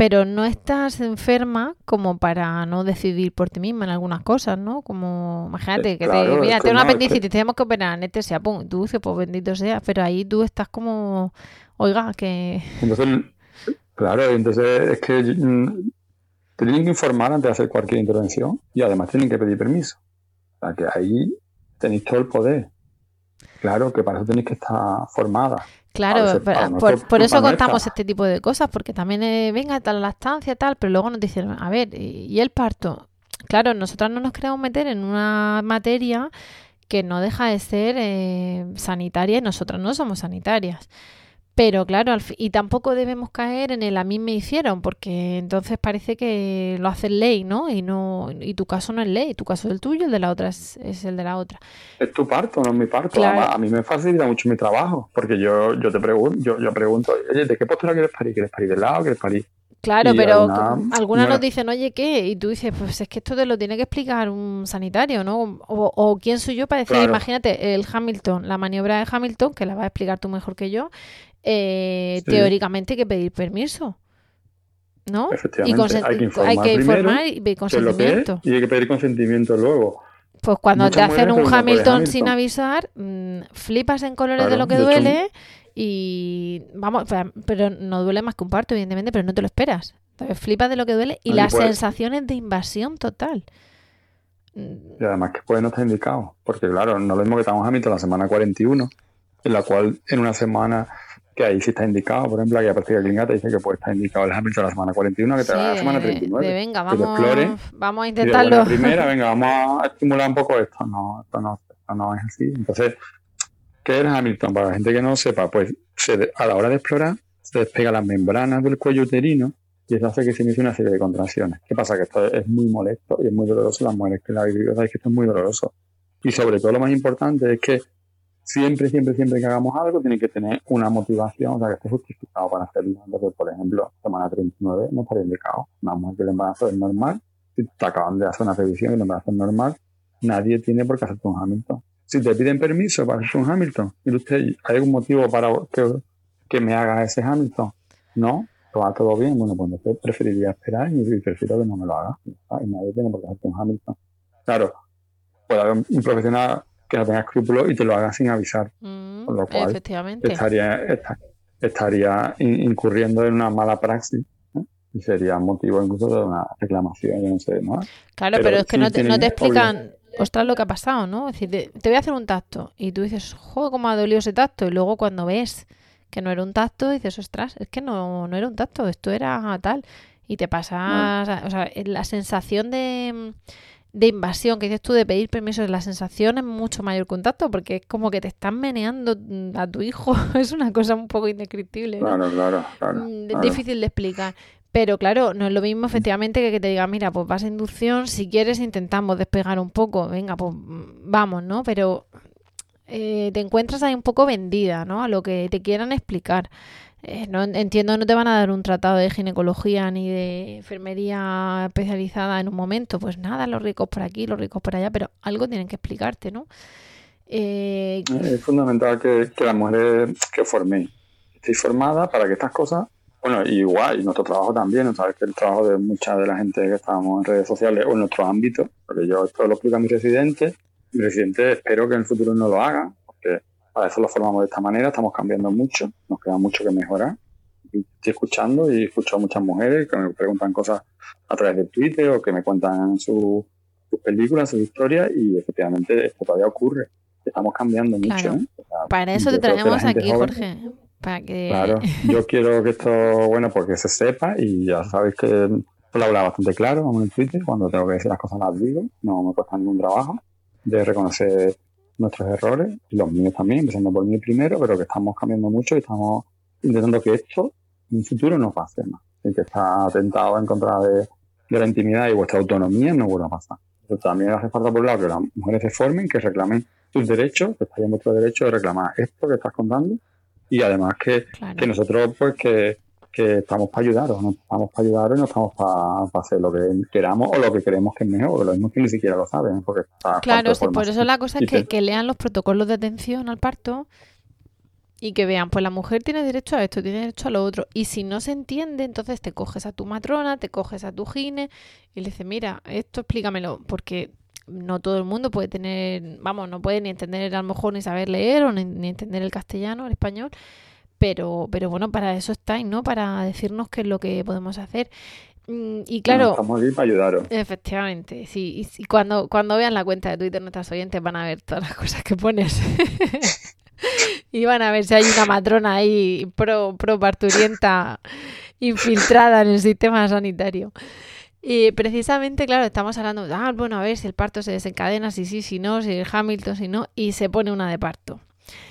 pero no estás enferma como para no decidir por ti misma en algunas cosas, ¿no? Como, imagínate, que
Claro,
te, mira,
es que
tengo una
no, es
apendicitis,
que-
tenemos que operar, anestesia, pum, tú dices, pues bendito sea, pero ahí tú estás como, oiga, que...
Entonces, claro, entonces es que mm, te tienen que informar antes de hacer cualquier intervención y además tienen que pedir permiso. O sea, que ahí tenéis todo el poder. Claro, que para eso tenéis que estar formada. A
Claro,
veces,
pero
a lo
por,
mejor
por eso
culpa
contamos
nuestra.
este tipo de cosas, porque también, eh, venga, tal lactancia, tal, pero luego nos dicen, a ver, ¿y y el parto? Claro, nosotras no nos queremos meter en una materia que no deja de ser eh, sanitaria y nosotras no somos sanitarias. Pero claro, al fi- y tampoco debemos caer en el a mí me hicieron, porque entonces parece que lo hacen ley, ¿no? Y no, y tu caso no es ley, tu caso es el tuyo, el de la otra es, es el de la otra.
Es tu parto, no es mi parto.
Claro.
Además, a mí me facilita mucho mi trabajo, porque yo, yo te pregunto, yo, yo pregunto, oye, ¿de qué postura quieres parir? ¿Quieres parir de lado? ¿Quieres parir?
Claro,
Y
pero
alguna-
algunas
bueno,
nos dicen, oye, ¿qué? Y tú dices, pues es que esto te lo tiene que explicar un sanitario, ¿no? O, o quién soy yo para decir,
Claro.
imagínate, el Hamilton, la maniobra de Hamilton, que la vas a explicar tú mejor que yo, eh,
Sí.
teóricamente hay que pedir permiso, ¿no? Y
Efectivamente,
consen-
hay que informar
hay que
primero
informar y pedir
qué es lo que es
consentimiento.
y hay que pedir consentimiento luego.
Pues cuando
Muchas
te hacen
mujeres
un
preguntan por el
Hamilton,
Hamilton.
sin avisar, mmm, flipas en colores de
Claro,
lo que
de hecho,
duele y vamos, pero- pero no duele más que un parto, evidentemente, pero no te lo esperas. Entonces flipas de lo que duele y
Ahí
las
puede-
sensaciones de invasión total. Mm,
Y además que puede no estar indicado, porque claro, no es lo mismo que estamos Hamilton la semana cuarenta y uno, en la cual en una semana que ahí sí está indicado, por ejemplo, aquí a práctica clínica te dice que puede estar indicado el Hamilton la semana cuarenta y uno, que te
Sí,
da la semana
de,
treinta y nueve.
de venga,
Que te
vamos,
explore
vamos a
y de buena
intentarlo.
primera, venga, vamos a estimular un poco esto. No, esto no, esto no es así. Entonces, ¿qué es el Hamilton? Para la gente que no sepa, pues se de- a la hora de explorar se despega las membranas del cuello uterino y eso hace que se inicie una serie de contracciones. ¿Qué pasa? Que esto es muy molesto y es muy doloroso. Las mujeres que la habéis vivido sabéis que esto es muy doloroso. Y sobre todo lo más importante es que siempre, siempre, siempre que hagamos algo tiene que tener una motivación, o sea, que esté justificado para hacerlo. Entonces, por ejemplo, semana treinta y nueve no estaría indicado. Una mujer que el embarazo es normal, si te acaban de hacer una revisión y el embarazo es normal, nadie tiene por qué hacerte un Hamilton. Si te piden permiso para hacer un Hamilton, y usted, ¿hay algún motivo para que, que me haga ese Hamilton? No, lo va todo bien. Bueno, pues entonces preferiría esperar y prefiero que no me lo haga. Y nadie tiene por qué hacerte un Hamilton. Claro, puede haber un profesional que no tenga escrúpulos y te lo haga sin avisar.
Mm,
Con lo cual,
efectivamente.
estaría, esta- estaría in- incurriendo en una mala praxis, ¿no? Y sería motivo incluso de una reclamación, yo no sé, ¿no?
Claro,
Pero
pero es que
sí
no te, no
tienen
te explican, ostras, lo que ha pasado, ¿no? Es decir, te, te voy a hacer un tacto y tú dices, joder, cómo ha dolido ese tacto. Y luego cuando ves que no era un tacto, dices, ostras, es que no, no era un tacto, esto era tal. Y te pasa, o sea, la sensación de, de invasión que dices tú, de pedir permiso, la sensación es mucho mayor que un tacto, porque es como que te están meneando a tu hijo. Es una cosa un poco indescriptible, ¿no?
Claro, claro, claro.
Mm,
claro.
Difícil de explicar. Pero claro, no es lo mismo efectivamente que que te diga, mira, pues vas a inducción, si quieres intentamos despegar un poco, venga, pues mm, vamos, ¿no? Pero eh, te encuentras ahí un poco vendida, ¿no? A lo que te quieran explicar. Eh, no entiendo, no te van a dar un tratado de ginecología ni de enfermería especializada en un momento. Pues nada, los ricos por aquí, los ricos por allá, pero algo tienen que explicarte, ¿no? Eh,
Es fundamental que, que las mujeres que forméis estéis formadas para que estas cosas, bueno, igual, y nuestro trabajo también, ¿no? Sabes que el trabajo de mucha de la gente que estamos en redes sociales o en nuestro ámbito, porque yo esto lo explico a mis residentes, mis residentes espero que en el futuro no lo hagan, porque para eso lo formamos de esta manera, estamos cambiando mucho, nos queda mucho que mejorar. Y estoy escuchando y escucho a muchas mujeres que me preguntan cosas a través de Twitter o que me cuentan su, sus películas, sus historias, y efectivamente esto todavía ocurre. Estamos cambiando mucho.
Claro.
¿eh? O sea,
para eso
yo
te
creo que la
traemos
gente
aquí,
joven-
Jorge. Para que...
Claro, yo quiero que esto, bueno, porque se sepa, y ya sabéis que lo habla bastante claro vamos, en Twitter, cuando tengo que decir las cosas las digo, no me cuesta ningún trabajo de reconocer nuestros errores, y los míos también, empezando por mí primero, pero que estamos cambiando mucho y estamos intentando que esto en un futuro no pase más, y que está atentado en contra de, de la intimidad y vuestra autonomía no vuelva a pasar. Entonces, también hace falta, por un lado, que las mujeres se formen, que reclamen sus derechos, que estáis en vuestro derecho de reclamar esto que estás contando, y además que,
Claro.
que nosotros, pues, que, que estamos para ayudaros, no estamos para ayudaros y no estamos para, para hacer lo que queramos o lo que creemos que es mejor, porque lo mismo que ni siquiera lo saben, porque está falta
Claro,
de
sí, por
formación.
eso la cosa
Y
es que,
te-
que lean los protocolos de atención al parto y que vean, pues la mujer tiene derecho a esto, tiene derecho a lo otro. Y si no se entiende, entonces te coges a tu matrona, te coges a tu gine y le dices, mira, esto explícamelo, porque no todo el mundo puede tener, vamos, no puede ni entender a lo mejor ni saber leer o ni, ni entender el castellano, el español, pero, pero bueno, para eso estáis, ¿no? Para decirnos qué es lo que podemos hacer. Y claro,
bueno, estamos aquí para ayudaros.
Efectivamente, sí. Y, y cuando, cuando vean la cuenta de Twitter, nuestras oyentes van a ver todas las cosas que pones. Y van a ver si hay una matrona ahí pro, pro parturienta infiltrada en el sistema sanitario. Y precisamente, claro, estamos hablando, ah, bueno, a ver si el parto se desencadena, si sí, si no, si el Hamilton, si no, y se pone una de parto.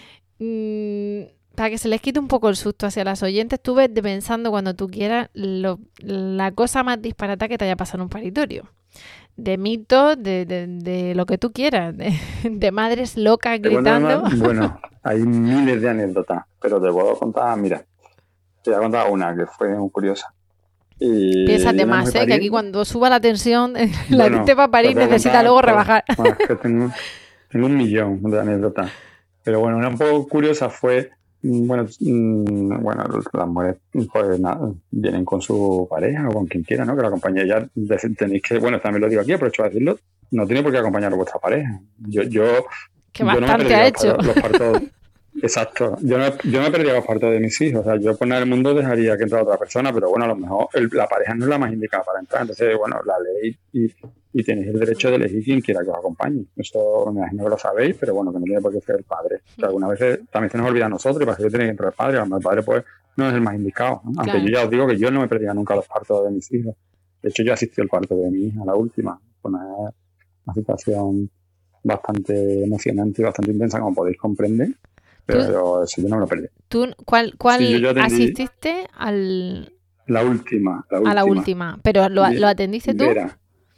Mm, para que se les quite un poco el susto hacia las oyentes, tú ves pensando cuando tú quieras lo, la cosa más disparata que te haya pasado en un paritorio. De mitos, de, de, de lo que tú quieras, de, de madres locas gritando.
Bueno, hay miles de anécdotas, pero te puedo contar, mira, te voy a contar una que fue muy curiosa. Y
piénsate más, ¿eh? Que aquí cuando suba la tensión, la bueno, gente para parir necesita contar, luego rebajar.
Bueno, es que tengo, tengo un millón de anécdotas. Pero bueno, una un poco curiosa fue, bueno, bueno las mujeres pues, nada, vienen con su pareja o con quien quiera, ¿no? Que la acompañe. Ya tenéis que, bueno, también lo digo aquí, aprovecho de decirlo, no tiene por qué acompañar a vuestra pareja. Yo, yo,
que bastante yo no ha hecho.
Los partos, exacto. Yo no, yo no perdía los partos de mis hijos. O sea, yo por nada del mundo dejaría que entrara otra persona, pero bueno, a lo mejor el, la pareja no es la más indicada para entrar. Entonces, bueno, la ley y, y tenéis el derecho de elegir quien quiera que os acompañe. Eso me imagino que lo sabéis, pero bueno, que no tiene por qué ser el padre. O sea, algunas veces también se nos olvida a nosotros y para que tiene que entrar el padre. A lo mejor el padre pues no es el más indicado, ¿no? Aunque claro. Yo ya os digo que yo no me perdía nunca los partos de mis hijos. De hecho, yo asistí al parto de mi hija, la última. Fue una, una situación bastante emocionante y bastante intensa, como podéis comprender. Pero eso yo no me lo perdí.
¿Tú cuál, cuál sí, yo asististe al...?
La última, la última.
A la última. ¿Pero lo, lo atendiste tú?
Vera.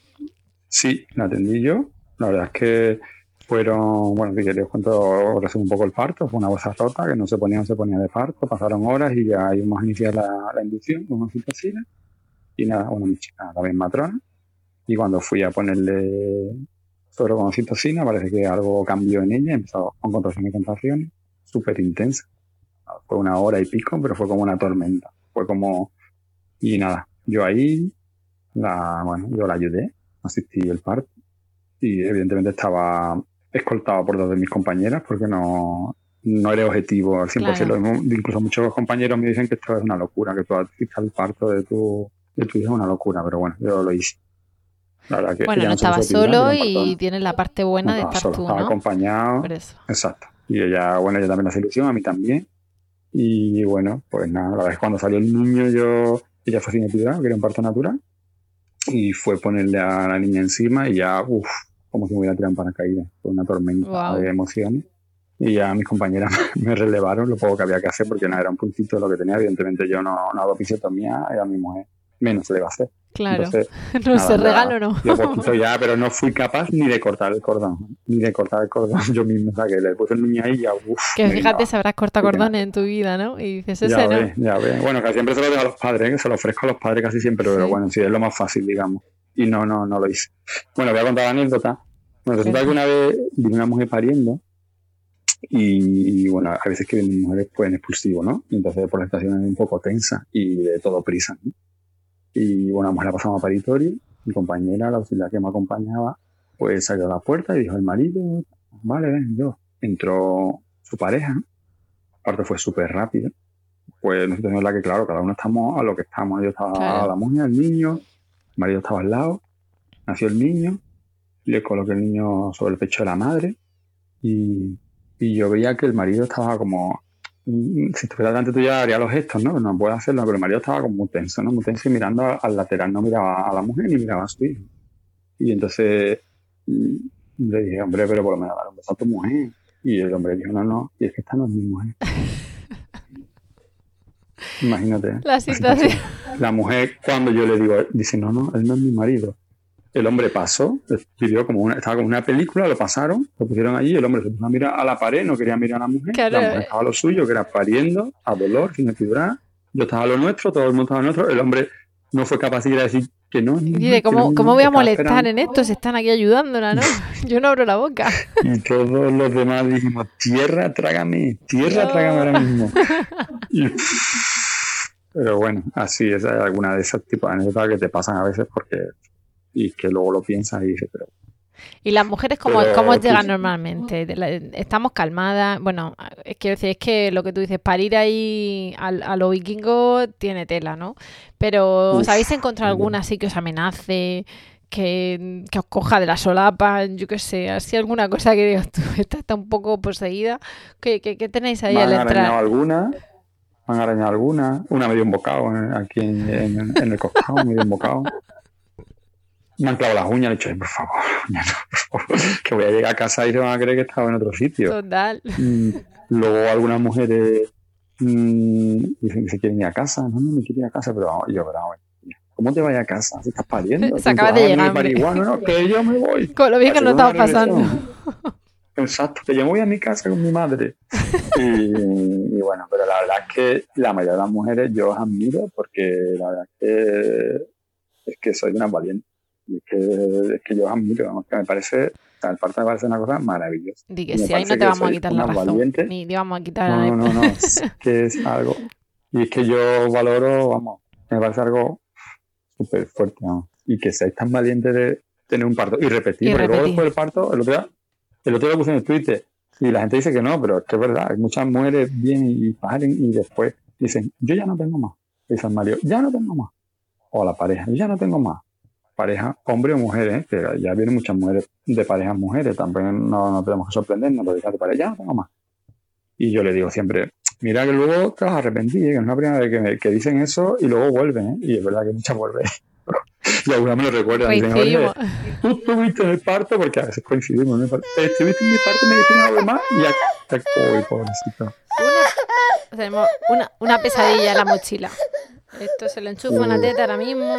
Sí, la atendí yo. La verdad es que fueron... Bueno, si queréis cuento, resumo un poco el parto. Fue una bolsa rota que no se ponía, no se ponía de parto. Pasaron horas y ya íbamos a iniciar la, la inducción con una citocina. Y nada, una chica también matrona. Y cuando fui a ponerle suero con oxitocina, parece que algo cambió en ella. Empezó con contracciones y contracciones. Súper intensa. Fue una hora y pico, pero fue como una tormenta. Fue como... Y nada, yo ahí, la, bueno, yo la ayudé, asistí el parto. Y evidentemente estaba escoltado por dos de mis compañeras porque no, no era objetivo al cien por ciento. Claro. Incluso muchos compañeros me dicen que esto es una locura, que tú asistas al parto de tu, de tu hija es una locura, pero bueno, yo lo hice. La verdad que
bueno, no estaba solo y tienes la parte buena no de estar solo, tú,
estaba
¿no?
acompañado.
Por eso.
Exacto. Y ella, bueno, ella también hace ilusión, a mí también. Y bueno, pues nada, la verdad es que cuando salió el niño yo, ella fue sin epidural, que era un parto natural, y fue ponerle a la niña encima y ya, uff, como si me hubiera tirado en paracaídas. Fue una tormenta wow. de emociones. Y ya mis compañeras me relevaron lo poco que había que hacer porque no era un puntito de lo que tenía. Evidentemente yo no, no hago episiotomía, era mi mujer. Menos se le va a hacer.
Claro, Entonces, no nada, se regalo, ¿no?
Yo poquito ya, pero no fui capaz ni de cortar el cordón, ni de cortar el cordón yo mismo, o sea, que le puse el niño ahí y ya, uff.
Que fíjate, sabrás cortar cordones en tu vida, ¿no? Y dices, ese
ya
no.
Ve, ya ve. Bueno, que siempre se lo dejo a los padres, que se lo ofrezco a los padres casi siempre, sí. Pero bueno, sí, es lo más fácil, digamos. Y no, no, no lo hice. Bueno, voy a contar la anécdota. Bueno, resulta sí. que una vez vino una mujer pariendo y, y bueno, a veces que mis mujeres pueden expulsivo, ¿no? Entonces por la estación es un poco tensa y de todo prisa, ¿no? Y bueno, vamos, la pasamos a paritorio. Mi compañera, la auxiliar que me acompañaba, pues salió a la puerta y dijo el marido, vale, ven, yo. Entró su pareja, aparte fue súper rápido. Pues nosotros tenemos la que, claro, cada uno estamos a lo que estamos. Yo estaba claro. a la mujer, el niño, el marido estaba al lado, nació el niño, le coloqué el niño sobre el pecho de la madre y, y yo veía que el marido estaba como... Si estuviera delante tuya haría los gestos, ¿no? No puede hacerlo, pero el marido estaba como muy tenso, ¿no? Muy tenso y mirando al lateral, no miraba a la mujer ni miraba a su hijo. Y entonces le dije, hombre, pero por lo menos dar un beso a tu mujer. Y el hombre dijo, no, no, y es que esta no es mi mujer. Imagínate.
La situación.
La mujer, cuando yo le digo, dice, no, no, él no es mi marido. El hombre pasó, pidió como una, estaba como una película, lo pasaron, lo pusieron allí, el hombre se puso a mirar a la pared, no quería mirar a la mujer, claro. La mujer estaba a lo suyo, que era pariendo, a dolor, sin epidural, yo estaba a lo nuestro, todo el mundo estaba a lo nuestro, el hombre no fue capaz de decir que no.
Y dice, ¿cómo, no, ¿cómo voy a molestar esperando. en esto? Se están aquí ayudándola, ¿no? Yo no abro la boca.
Y todos los demás dijimos, tierra, trágame, tierra, no. trágame ahora mismo. Y, pero bueno, así es, hay alguna de esos tipos de anécdotas que te pasan a veces porque y que luego lo piensas y dices, pero...
¿Y las mujeres cómo, pero, cómo llegan pues, normalmente? ¿Estamos calmadas? Bueno, es que, es que lo que tú dices, parir ahí a, a lo vikingo tiene tela, ¿no? Pero ¿os habéis encontrado alguna así que os amenace, que, que os coja de la solapa, yo qué sé, así alguna cosa que digas tú, esta está un poco poseída? ¿Qué, qué, qué tenéis ahí al entrar?
¿Me han arañado alguna? ¿Me han arañado alguna? Una medio embocado aquí en, en, en el costado, medio embocado. Me han clavado las uñas, le he dicho, por favor, uñas, no, por favor, que voy a llegar a casa y se van a creer que estaba en otro sitio.
Total.
Mm, luego algunas mujeres mmm, dicen que se quieren ir a casa. No, no, me quiero ir a casa, pero vamos, yo, pero vamos, ¿cómo te vas a casa? ¿Se estás pariendo?
Se acaba de llegar.
No, no, que yo me voy.
Con lo bien que nos estamos pasando.
Exacto, que yo me voy a mi casa con mi madre. Y, y bueno, pero la verdad es que la mayoría de las mujeres yo os admiro porque la verdad es que, es que soy una valiente. Y es que, es que yo admiro, vamos, que me parece, o sea, el parto me parece una cosa maravillosa.
Di que si ahí no te vamos a quitar la razón, valiente. Ni te vamos a quitar
no, no, no, no, es que es algo, y es que yo valoro, vamos, me parece algo súper fuerte, vamos, y que seáis tan valientes de tener un parto y repetir, y porque repetir. Luego después del parto, el otro día, el otro día lo puse en el Twitter, y la gente dice que no, pero es que es verdad, hay muchas mujeres vienen y paren y después dicen, yo ya no tengo más, dice el marido, ya no tengo más, o la pareja, yo ya no tengo más. Pareja, hombre o mujer, ¿eh? Que ya vienen muchas mujeres de parejas mujeres, también no, no tenemos que sorprendernos, pero de pareja, ya no tengo más. Y yo le digo siempre, mira que luego te vas a arrepentir, ¿eh? Que no es la primera vez que, me, que dicen eso y luego vuelven, ¿eh? Y es verdad que muchas vuelven. Y algunas me lo recuerdan, dicen, oye, tú estuviste en el parto, porque a veces coincidimos en el parto, estuviste en mi parto, me dicen algo más y ya te uy, pobrecito.
Una, tenemos una, una pesadilla en la mochila. Esto se lo enchufa una teta ahora mismo.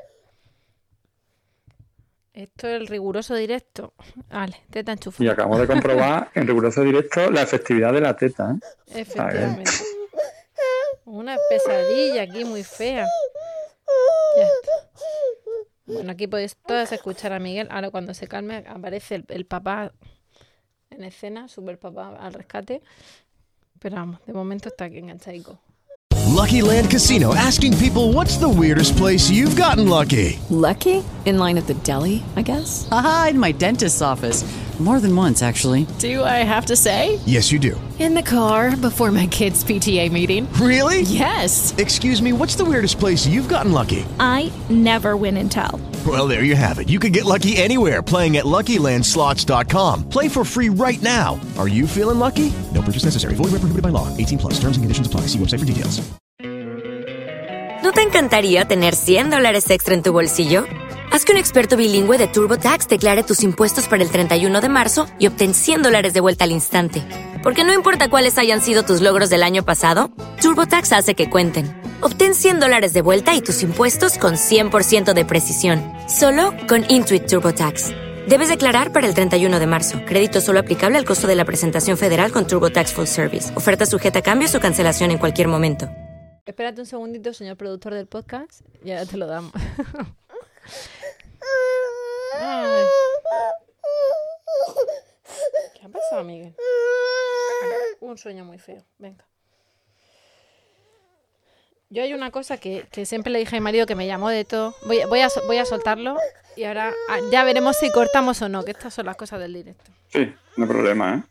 Esto es el riguroso directo. Vale, teta enchufada.
Y acabamos de comprobar en riguroso directo la efectividad de la teta, ¿eh?
Efectivamente. Una pesadilla aquí muy fea. Ya está. Bueno, aquí podéis todas escuchar a Miguel. Ahora cuando se calme aparece el, el papá en escena, super papá al rescate. Pero vamos, de momento está aquí enganchadico.
Lucky Land Casino, asking people, what's the weirdest place you've gotten lucky?
Lucky? In line at the deli, I guess?
Aha, in my dentist's office. More than once, actually.
Do I have to say?
Yes, you do.
In the car before my kids' P T A meeting.
Really?
Yes.
Excuse me, what's the weirdest place you've gotten lucky?
I never win and tell.
Well, there you have it. You can get lucky anywhere, playing at Lucky Land Slots dot com. Play for free right now. Are you feeling lucky? No purchase necessary. Void where prohibited by law. eighteen plus. Terms and conditions apply. See website for details.
¿No te encantaría tener cien dólares extra en tu bolsillo? Haz que un experto bilingüe de TurboTax declare tus impuestos para el treinta y uno de marzo y obtén cien dólares de vuelta al instante. Porque no importa cuáles hayan sido tus logros del año pasado, TurboTax hace que cuenten. Obtén cien dólares de vuelta y tus impuestos con cien por ciento de precisión. Solo con Intuit TurboTax. Debes declarar para el treinta y uno de marzo. Crédito solo aplicable al costo de la presentación federal con TurboTax Full Service. Oferta sujeta a cambios o cancelación en cualquier momento.
Espérate un segundito, señor productor del podcast, y ahora te lo damos. Ay. ¿Qué ha pasado, Miguel? Un sueño muy feo. Venga. Yo hay una cosa que, que siempre le dije a mi marido que me llamó de todo. Voy, voy, a, voy a soltarlo y ahora ya veremos si cortamos o no, que estas son las cosas del directo.
Sí, no hay problema, ¿eh?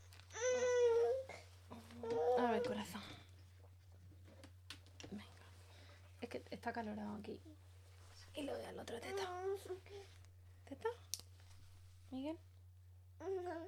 A ver, corazón. Venga. Es que está calorado aquí. Y lo doy al otro teta. ¿Teta? ¿Miguel? Venga.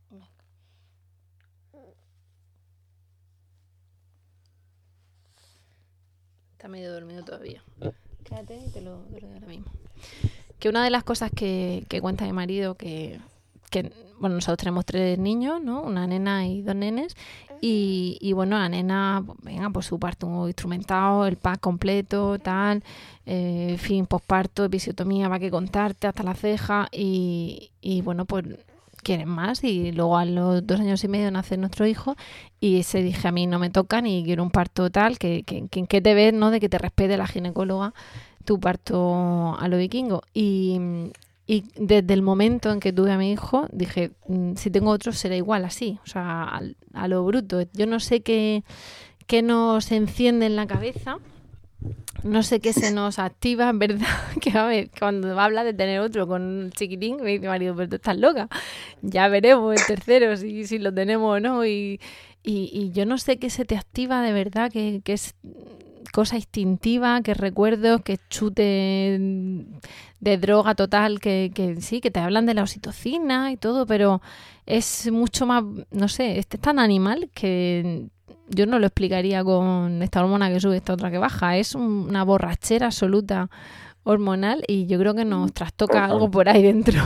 Está medio dormido todavía. Quédate y te lo, te lo doy ahora mismo. Que una de las cosas que, que cuenta mi marido, que, que bueno, nosotros tenemos tres niños, ¿no? Una nena y dos nenes. Y, y bueno, la nena, venga, por su parto instrumentado, el pack completo, tal, eh, fin, posparto, episiotomía, va que contarte hasta la ceja. Y, y bueno, pues quieren más. Y luego a los dos años y medio nace nuestro hijo. Y se dije, a mí no me tocan y quiero un parto tal, que, que, que, que te ves, ¿no? De que te respete la ginecóloga. tu parto a lo vikingo. Y, y desde el momento en que tuve a mi hijo, dije, si tengo otro será igual, así, o sea, a, a lo bruto. Yo no sé qué, qué nos enciende en la cabeza, no sé qué se nos activa, en verdad, que a ver, cuando habla de tener otro con un chiquitín, me dice mi marido, pero tú estás loca, ya veremos el tercero si, si lo tenemos o no, y, y, y yo no sé qué se te activa de verdad, que, que es cosa instintiva, que recuerdos, que chute de droga total, que, que sí, que te hablan de la oxitocina y todo, pero es mucho más, no sé, este es tan animal que yo no lo explicaría con esta hormona que sube, esta otra que baja. Es un, una borrachera absoluta hormonal y yo creo que nos trastoca algo por ahí dentro.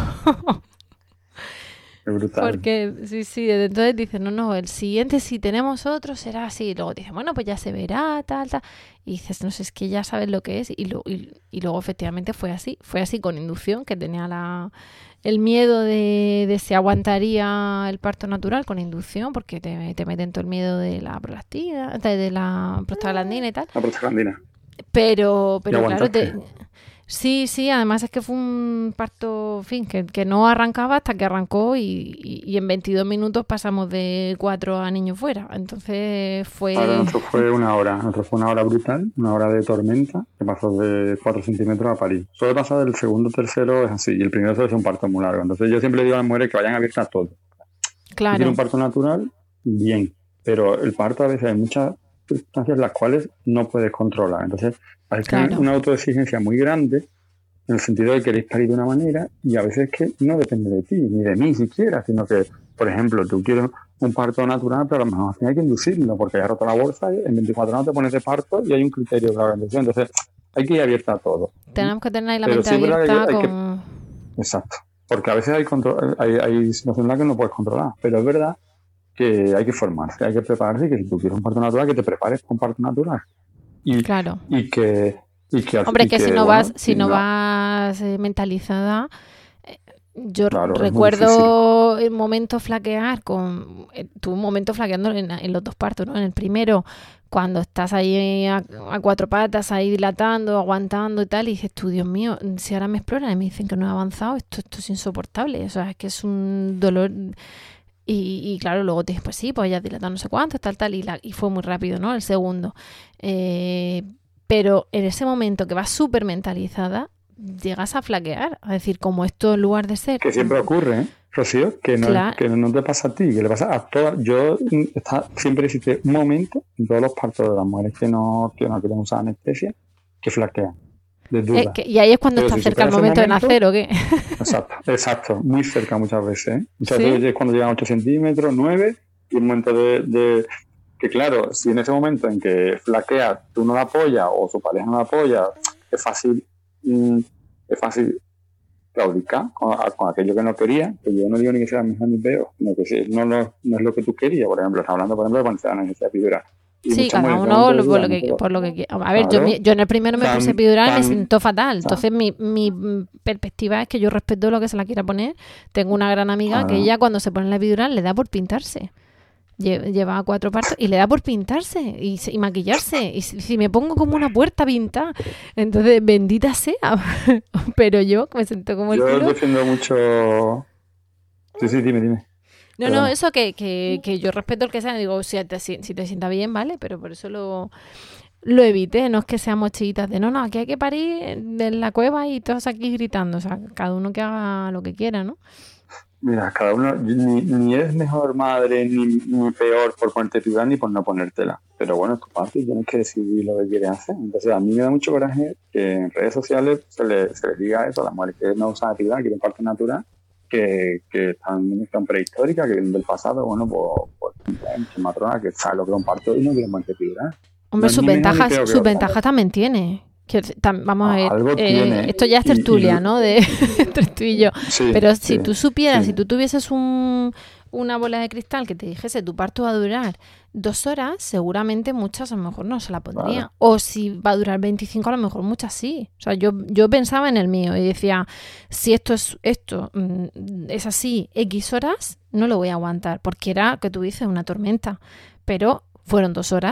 Es brutal.
Porque sí, sí, desde entonces dices, no, no, el siguiente si tenemos otro será así. Y luego dices, bueno, pues ya se verá, tal, tal. Y dices, no sé, es que ya sabes lo que es. Y, lo, y, y luego efectivamente fue así. Fue así con inducción, que tenía la... el miedo de, de si aguantaría el parto natural con inducción, porque te, te meten todo el miedo de la prolactina, de, de la prostaglandina y tal.
La prostaglandina.
Pero, pero claro, te, sí, sí, además es que fue un parto, en fin, que, que no arrancaba hasta que arrancó y, y, y en veintidós minutos pasamos de cuatro a niños fuera. Entonces fue...
Ahora nosotros fue una hora, nosotros fue una hora brutal, una hora de tormenta, que pasó de cuatro centímetros a París. Suele pasar del segundo, tercero es así, y el primero suele ser un parto muy largo. Entonces yo siempre le digo a las mujeres que vayan abiertas todo.
Claro.
Si tiene un parto natural, bien, pero el parto a veces hay muchas circunstancias las cuales no puedes controlar. Entonces hay que tener una autoexigencia muy grande en el sentido de que queréis parir de una manera y a veces que no depende de ti, ni de mí siquiera, sino que, por ejemplo, tú quieres un parto natural, pero a lo mejor hay que inducirlo porque ya roto la bolsa y en veinticuatro horas te pones de parto y hay un criterio de la inducción. Entonces hay que ir abierta a todo.
Tenemos que tener ahí la
pero
mente
sí
abierta
hay, hay
con...
que... Exacto. Porque a veces hay, control, hay, hay situaciones en las que no puedes controlar, pero es verdad que hay que formarse, hay que prepararse y que si tú quieres un parto natural, que te prepares con un parto natural. Y,
claro.
Y que... Y que,
Hombre,
y
que,
que
si no
bueno,
vas, si no, no vas eh, mentalizada, eh, yo
claro,
recuerdo el momento flaquear, con eh, tuve un momento flaqueando en, en los dos partos, ¿no? En el primero, cuando estás ahí a, a cuatro patas, ahí dilatando, aguantando y tal, y dices tú, Dios mío, si ahora me exploran y me dicen que no he avanzado, esto, esto es insoportable, o sea, es que es un dolor... Y, y claro, luego te dices, pues sí, pues ya dilatado no sé cuánto, tal, tal, y, la, y fue muy rápido, ¿no? El segundo. Eh... Pero en ese momento que vas súper mentalizada, llegas a flaquear. A decir, como esto en lugar de ser...
Que siempre ocurre, ¿eh, Rocío? Que no,
claro.
que no te pasa a ti, que le pasa a todas. Yo está, siempre existe un momento en todos los partos de las mujeres que no, que no quieren usar anestesia, que flaquean. De duda.
Eh, que, y ahí es cuando
Pero
está
si
cerca el momento, momento de nacer, ¿o qué?
Exacto, exacto. Muy cerca muchas veces, ¿eh? Muchas
¿Sí?
veces es cuando llegan ocho centímetros, nueve, y un momento de... de que claro, si en ese momento en que flaquea tú no la apoyas o su pareja no la apoya, es fácil mmm, es fácil claudicar con, con aquello que no quería, que yo no digo ni que sea mejor ni peor, sino que si no, no, no es lo que tú querías. Por ejemplo, está hablando por ejemplo de cuando se da la necesidad epidural. Y
sí, cada uno lo, por, lo que, por lo que quiera. A ver, claro, yo, yo en el primero me tan, puse epidural y me sentó fatal. Entonces mi, mi perspectiva es que yo respeto lo que se la quiera poner. Tengo una gran amiga claro. que ella cuando se pone la epidural le da por pintarse. Lleva cuatro partos y le da por pintarse y, y maquillarse. Y si, si me pongo como una puerta pintada, entonces bendita sea. Pero yo me siento como el
Yo
culo.
defiendo mucho... Sí, sí, dime, dime.
No, pero... no, eso que, que, que yo respeto el que sea. Digo, si te, si te sienta bien, vale, pero por eso lo, lo evité. No es que seamos chiquitas de, no, no, aquí hay que parir en la cueva y todos aquí gritando. O sea, cada uno que haga lo que quiera, ¿no?
Mira, cada uno, ni, ni eres mejor madre, ni, ni peor por ponerte epidural, ni por no ponértela. Pero bueno, es tu parte y tienes que decidir lo que quieres hacer. Entonces, a mí me da mucho coraje que en redes sociales se les se le diga eso a las mujeres que no usan epidural, quieren parto natural, que, que están, están prehistóricas, que vienen del pasado. Bueno, pues, pues muchas matronas que saben lo que es un parto y no quieren ponerte epidural.
Hombre,
no
sus ventajas, sus ventajas también tiene. Que, tam, vamos a ver, eh, esto ya es tertulia, y, y, ¿no? De entre tú y yo. Sí, Pero si sí, tú supieras, sí. si tú tuvieses un, una bola de cristal que te dijese tu parto va a durar dos horas, seguramente muchas a lo mejor no se la pondría. Claro. O si va a durar veinticinco, a lo mejor muchas sí. O sea, yo, yo pensaba en el mío y decía, si esto es esto es así, X horas, no lo voy a aguantar. Porque era, que tú dices, una tormenta. Pero fueron dos horas.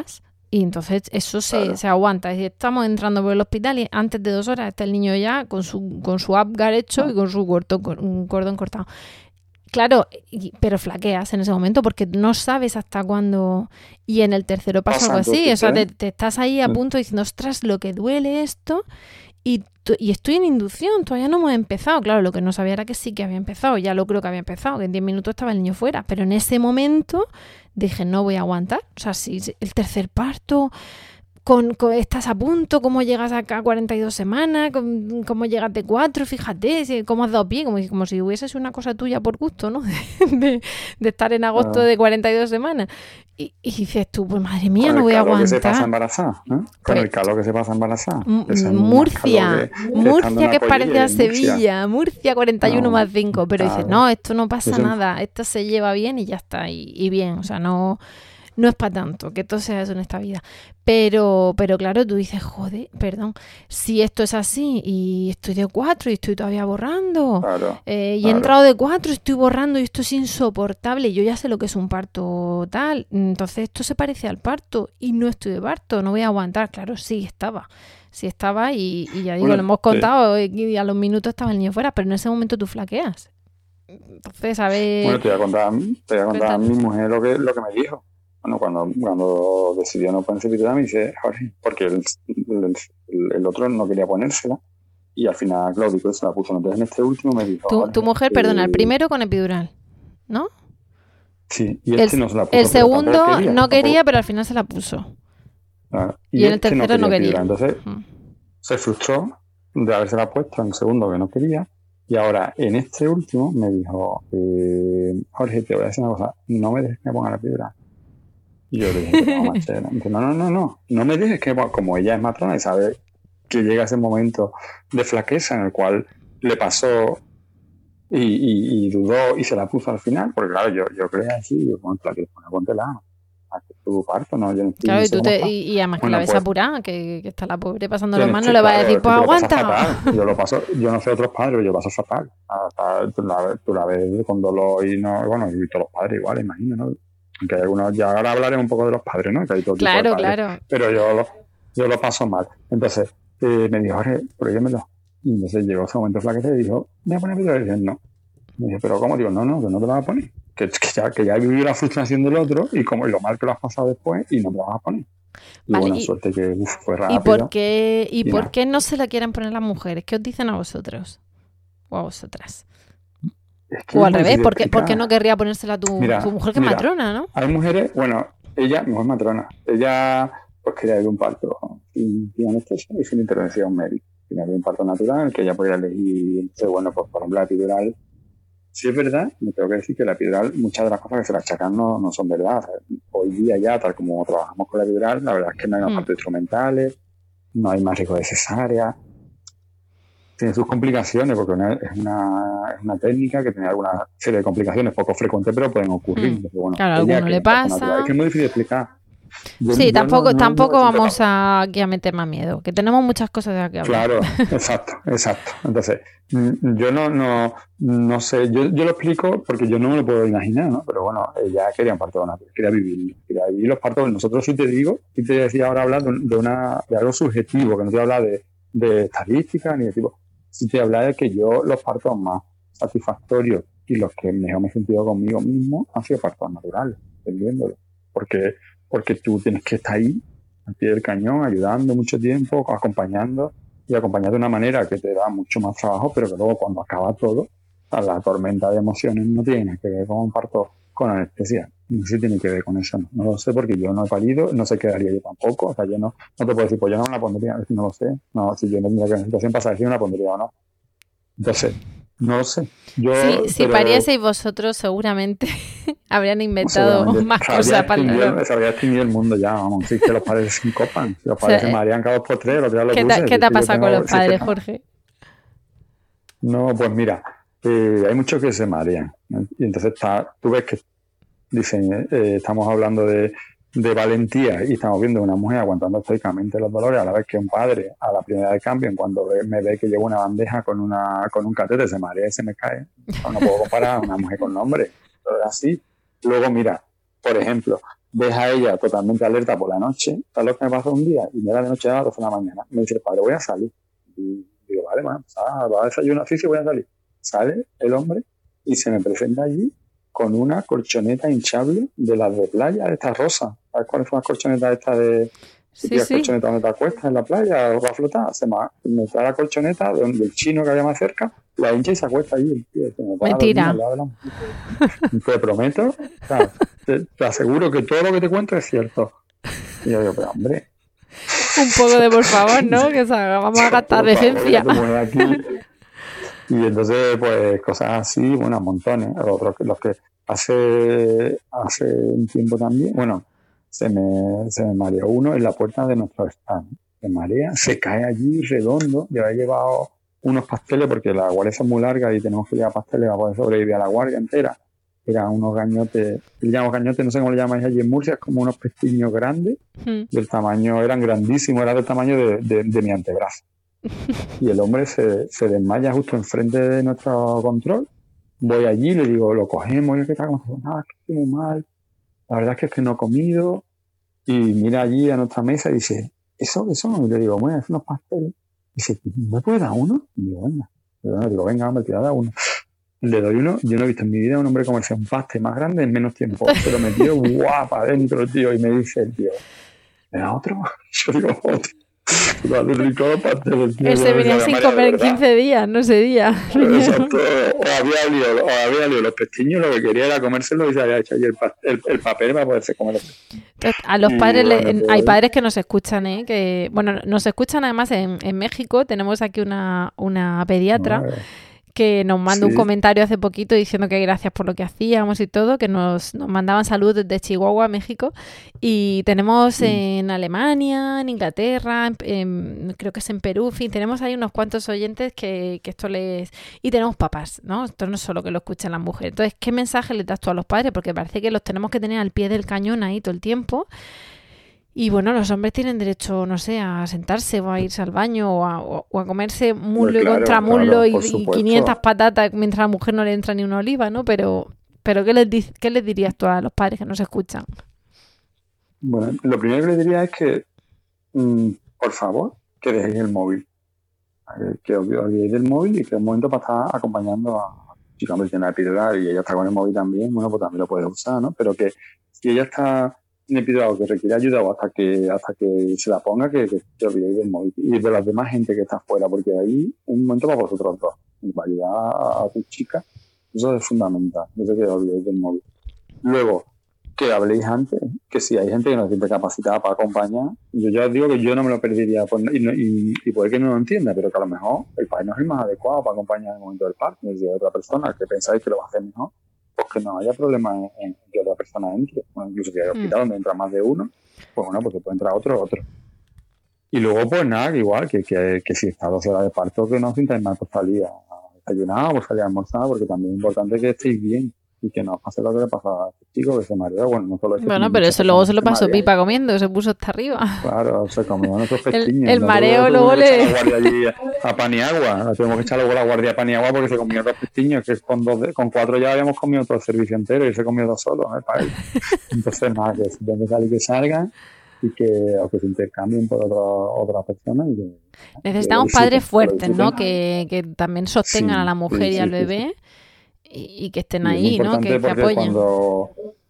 Y entonces eso se,
Claro.
se aguanta. Es decir, estamos entrando por el hospital y antes de dos horas está el niño ya con su con su Apgar hecho y con su corto, con un cordón cortado. Claro, y- pero flaqueas en ese momento porque no sabes hasta cuándo. Y en el tercero pasa
Pasa,
algo así.
entonces,
O sea, te,
¿eh?
te estás ahí a
Mm.
punto diciendo, ostras, lo que duele esto. Y, tu- y estoy en inducción, todavía no hemos empezado. Claro, lo que no sabía era que sí que había empezado. Ya lo creo que había empezado, que en diez minutos estaba el niño fuera. Pero en ese momento dije, no voy a aguantar. O sea, si si el tercer parto, con, con- estás a punto, cómo llegas acá a cuarenta y dos semanas, con- cómo llegas de cuatro, fíjate, si- cómo has dado pie, como, si- como si hubiese sido una cosa tuya por gusto, ¿no? De, de estar en agosto
Ah.
de cuarenta y dos semanas. Y, y dices tú, pues madre mía,
Con
no
el
voy a
calor que se pasa
aguantar.
embarazada, ¿eh? Con
Pues-
el calor que se pasa embarazada.
M-
Ese es más
Murcia,
calor que- que estando en
Murcia
una
que es parecida a
cordillera, Murcia.
Sevilla, Murcia cuarenta y uno
No,
más cinco, pero dices,
claro.
no, esto no pasa
Eso-
nada, esto se lleva bien y ya está, y, y bien, o sea, no, no es para tanto, que todo sea eso en esta vida. Pero, pero claro, tú dices, joder, perdón, si esto es así y estoy de cuatro y estoy todavía borrando,
Claro,
eh, y he
claro.
entrado de cuatro, estoy borrando y esto es insoportable. Yo ya sé lo que es un parto tal. Entonces esto se parece al parto y no estoy de parto, no voy a aguantar. Claro, sí estaba. Sí estaba y, y ya digo,
Bueno,
lo hemos
sí.
contado y a los minutos estaba el niño fuera, pero en ese momento tú flaqueas. Entonces, a ver...
Bueno, te voy a contar, te voy a contar a mi
Cuéntame.
mujer lo que, lo que me dijo. Bueno, cuando, cuando decidió no ponerse epidural, me dice, Jorge, porque el, el, el- el otro no quería ponérsela y al final Claudio se la puso. Entonces en este último me dijo,
Tu,
Jorge,
tu mujer, perdona, el
eh,
primero con epidural, ¿no?
Sí, y
El,
este no se la puso.
el
pero tampoco
segundo
quería,
no quería,
tampoco-
pero al final se la puso.
Claro,
Y en el
este
tercero no
quería
quería.
epidural. Entonces
Mm.
se frustró de haberse la puesto en el segundo que no quería. Y ahora, en este último, me dijo, eh, Jorge, te voy a decir una cosa, no me dejes que me ponga la epidural. Y yo le dije, "Pero no, machera". Dice, no, no, no, no, no me dejes que me ponga-". Como ella es matrona y sabe que llega ese momento de flaqueza en el cual le pasó y, y, y dudó y se la puso al final, porque claro, yo, yo creía así, yo, bueno, claro, bueno, póntela, a que tu parto, no, yo no estoy
Claro,
en
y, tú
ese
te,
momento.
y, y además que
Bueno,
la ves
pues,
apurada, que, que está la pobre pasando
en
las manos,
este,
le va a
claro,
decir,
es que
pues
tú lo pasas
aguanta.
fatal. Yo lo paso, yo no sé otros padres, yo lo paso fatal. Hasta tú, la, tú la ves con dolor y no, bueno, y todos los padres igual, imagino, ¿no? Aunque hay algunos, ya ahora hablaremos un poco de los padres, ¿no? Que hay todo tipo de
Claro,
padres.
claro.
Pero yo lo, yo lo paso mal. Entonces, eh, me dijo, Jorge, prohíbemelo. Y entonces llegó ese momento flaquete y dijo, ¿me voy a poner epidural? Y dije, no. Me dije, ¿pero cómo? Digo, no, no, que no te la vas a poner. Que, que ya, que ya he vivido la frustración del otro y como y lo mal que lo has pasado después y no te la vas a poner. Y
Vale,
buena
y-
suerte que uf, fue
¿Y
rápido.
por qué, y
y
por
nada.
qué no se la quieren poner las mujeres? ¿Qué os dicen a vosotros? O a vosotras.
Es que
O
es
al
muy
revés,
difícil
¿por qué,
de
por qué
explicar.
no querría ponérsela tu,
Mira,
tu mujer que es
mira,
matrona, ¿no?
Hay mujeres, bueno, ella no es matrona, ella pues quería vivir un parto sin, sin anestesia y sin intervención médica. Quería vivir un parto natural, que ella podía elegir. Entonces, bueno, pues por ejemplo la epidural, sí es verdad, me tengo que decir que la epidural, muchas de las cosas que se la achacan no, no son verdad. O sea, hoy día ya, tal como trabajamos con la epidural, la verdad es que no hay más
Mm.
partos instrumentales, no hay más riesgo de cesárea. Tiene sus complicaciones porque una- es, una, es una técnica que tiene alguna serie de complicaciones poco frecuentes, pero pueden ocurrir.
Mm.
Entonces, bueno,
Claro, a
ella,
alguno
que
le
es parto
pasa.
natural, es que es muy difícil de explicar. Yo-
Sí,
yo
tampoco,
no- no-
tampoco
no me siento
vamos
capaz.
a, aquí a meter más miedo, que tenemos muchas cosas de aquí a hablar.
Claro, exacto, exacto. Entonces, mm, yo no, no, no sé, yo, yo lo explico porque yo no me lo puedo imaginar, ¿no? Pero bueno, ella quería un parto natural, quería vivir, quería vivir los partos. Nosotros sí te digo, sí te decía ahora hablar de, un- de una, de algo subjetivo, que no te habla de, de estadística ni de tipo, sí te habla de que yo los partos más satisfactorios y los que mejor me he sentido conmigo mismo han sido partos naturales, entendiéndolo. Porque, porque tú tienes que estar ahí, al pie del cañón, ayudando mucho tiempo, acompañando, y acompañar de una manera que te da mucho más trabajo, pero que luego cuando acaba todo, a la tormenta de emociones no tiene nada que ver con un parto con anestesia. No sé si tiene que ver con eso, no, no lo sé porque yo no he parido, no sé qué haría yo tampoco, o sea, yo no, no te puedo decir, pues yo no me la pondría, no lo sé, no, si yo no tendría que en situación pasar, si me la pondría o no. Entonces, no lo sé. Yo,
Sí, si
pero-
parieseis vosotros, seguramente habrían inventado
seguramente
más
se habría
cosas para el
extinguido-
dolor.
Se habría extinguido el mundo ya, vamos, sí, que los padres se sincopan, si los padres
O sea,
se marean cada dos por tres, los días los
¿Qué te,
dulces,
qué
si
te ha
yo
pasado con
tengo-
los
si es que
padres,
no-
Jorge?
No, pues mira, eh, hay muchos que se marean. ¿no? Y entonces está, tú ves que dicen, eh, estamos hablando de, de valentía y estamos viendo a una mujer aguantando estoicamente los dolores a la vez que un padre a la primera de cambio, en cuando ve- me ve que llevo una bandeja con una con un catete, se marea y se me cae. No, no puedo comparar a una mujer con nombre, pero es así. Luego, mira, por ejemplo, ves a ella totalmente alerta por la noche, ¿sabes lo que me pasó un día? Y me da de noche a las doce de la mañana. Me dice, padre, voy a salir. Y digo, vale, bueno, ah, va a desayunar, sí, sí, voy a salir. Sale el hombre y se me presenta allí con una colchoneta hinchable de las de playa, de estas rosas. ¿Sabes cuáles son las colchonetas estas de...
Sí,
las
sí.
colchonetas donde te acuestas en la playa o va a flotar? Se me, me trae la colchoneta de donde el chino que había más cerca, la hincha y se acuesta allí. Tío, se me
Mentira.
La... Te prometo, o sea, te, te aseguro que todo lo que te cuento es cierto. Y yo digo, pero hombre...
Un poco de por favor, ¿no? Que salga, vamos a gastar decencia.
Y entonces, pues, cosas así, bueno, montones. Otros que los que hace, hace un tiempo también, bueno, se me, se me mareó uno en la puerta de nuestro stand. Se marea, se cae allí redondo. Yo he llevado unos pasteles porque la guardia es muy larga y tenemos que llevar pasteles para poder sobrevivir a la guardia entera. Eran unos gañotes, le llamamos gañotes, no sé cómo le llamáis allí en Murcia, es como unos pestiños grandes, mm. del tamaño, eran grandísimos, era del tamaño de, de, de mi antebrazo. Y el hombre se, se desmaya justo enfrente de nuestro control. Voy allí, le digo, lo cogemos, y ¿qué tal? Nada, es que estoy muy mal, la verdad es que es que no he comido. Y mira allí a nuestra mesa y dice, ¿eso qué son? Y le digo, bueno, es unos pasteles. Y dice, ¿me puedes dar uno? Y digo, venga. Y yo, digo, venga, hombre, te voy a dar uno. Le doy uno, yo no he visto en mi vida a un hombre comerse un pastel más grande en menos tiempo. Se lo metió guapa adentro, tío, y me dice el tío, ¿me da otro? Yo digo, otro. Vale, rico, pastel, tío,
él se venía sin comer en quince días, no ese día.
Exacto, o había lío, o había lío los pestiños, lo que quería era comérselo y se había hecho ahí el, el, el papel para poderse comer los pestiños.
A los padres,
y,
le,
bueno, pues,
hay padres que nos escuchan, ¿eh? Que, bueno, nos escuchan además en, en México, tenemos aquí una, una pediatra. Vale. Que nos mandó sí. un comentario hace poquito diciendo que gracias por lo que hacíamos y todo, que nos, nos mandaban saludos desde Chihuahua, México, y tenemos sí. en Alemania, en Inglaterra, en, en, creo que es en Perú, en fin, tenemos ahí unos cuantos oyentes que, que esto les... Y tenemos papás, ¿no? Esto no es solo que lo escuchan las mujeres. Entonces, ¿qué mensaje les das tú a los padres? Porque parece que los tenemos que tener al pie del cañón ahí todo el tiempo. Y bueno, los hombres tienen derecho, no sé, a sentarse o a irse al baño o a, o a comerse muslo pues claro, y contramuslo claro, y, y quinientas patatas mientras a la mujer no le entra ni una oliva, ¿no? Pero, pero ¿qué les, di- qué les dirías tú a los padres que nos escuchan?
Bueno, lo primero que les diría es que, mmm, por favor, que dejéis el móvil. Que os olvidéis del móvil y que es un momento para estar acompañando a si la hombre tiene epidural y ella está con el móvil también, bueno, pues también lo puedes usar, ¿no? Pero que si ella está... me pido algo que requiere ayuda o hasta que hasta que se la ponga, que, que te olvidéis del móvil y de la demás gente que está afuera, porque ahí un momento para vosotros dos, para ayudar a, a tu chica, eso es fundamental, no sé que os olvidéis del móvil. Luego, que habléis antes, que si hay gente que no se siente capacitada para acompañar, yo ya os digo que yo no me lo perdería por, y, no, y, y puede que no lo entienda, pero que a lo mejor el padre no es el más adecuado para acompañar en el momento del parto, y si hay otra persona que pensáis que lo va a hacer mejor, pues que no haya problema en, en que otra persona entre. Bueno, incluso si hay hospital mm. donde entra más de uno, pues bueno, pues se puede entrar otro, otro. Y luego, pues nada, que igual, que, que, que si está a doce horas de parto, que no os sintáis mal por salir a desayunar o por salir a almorzar, porque también es importante que estéis bien y que no os pase lo que le pasa a este chico, que se marea. Bueno, no solo este
bueno, pero eso luego se lo pasó pipa comiendo, se puso hasta arriba.
Claro, se comió nuestros pestiños.
El, el mareo luego le...
Allí a pan y agua. Le tenemos que echar luego la guardia a pan y agua porque se comió dos pestiños, que con dos de, con cuatro ya habíamos comido todo el servicio entero y se comió dos solos, ¿eh? Para él. Entonces, nada, que si tienen que salir, que salgan y que, o que se intercambien por otra, otra persona. Y que,
necesitamos que padres fuertes, ¿no? Que, que también sostengan sí, a la mujer sí, y al sí, bebé. Sí. Y, y que estén y ahí, ¿no? Que, que apoyen. Cuando...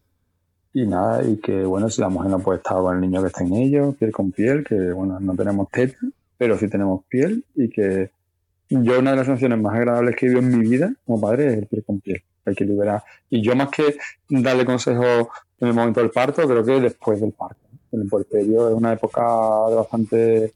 Y nada, y que, bueno, si la mujer no puede estar con el niño que está en ellos, piel con piel, que, bueno, no tenemos teta, pero sí tenemos piel, y que yo una de las sensaciones más agradables que he vivido en mi vida como padre es el piel con piel. Hay que liberar. Y yo más que darle consejos en el momento del parto, creo que después del parto. El puerperio es una época de bastante...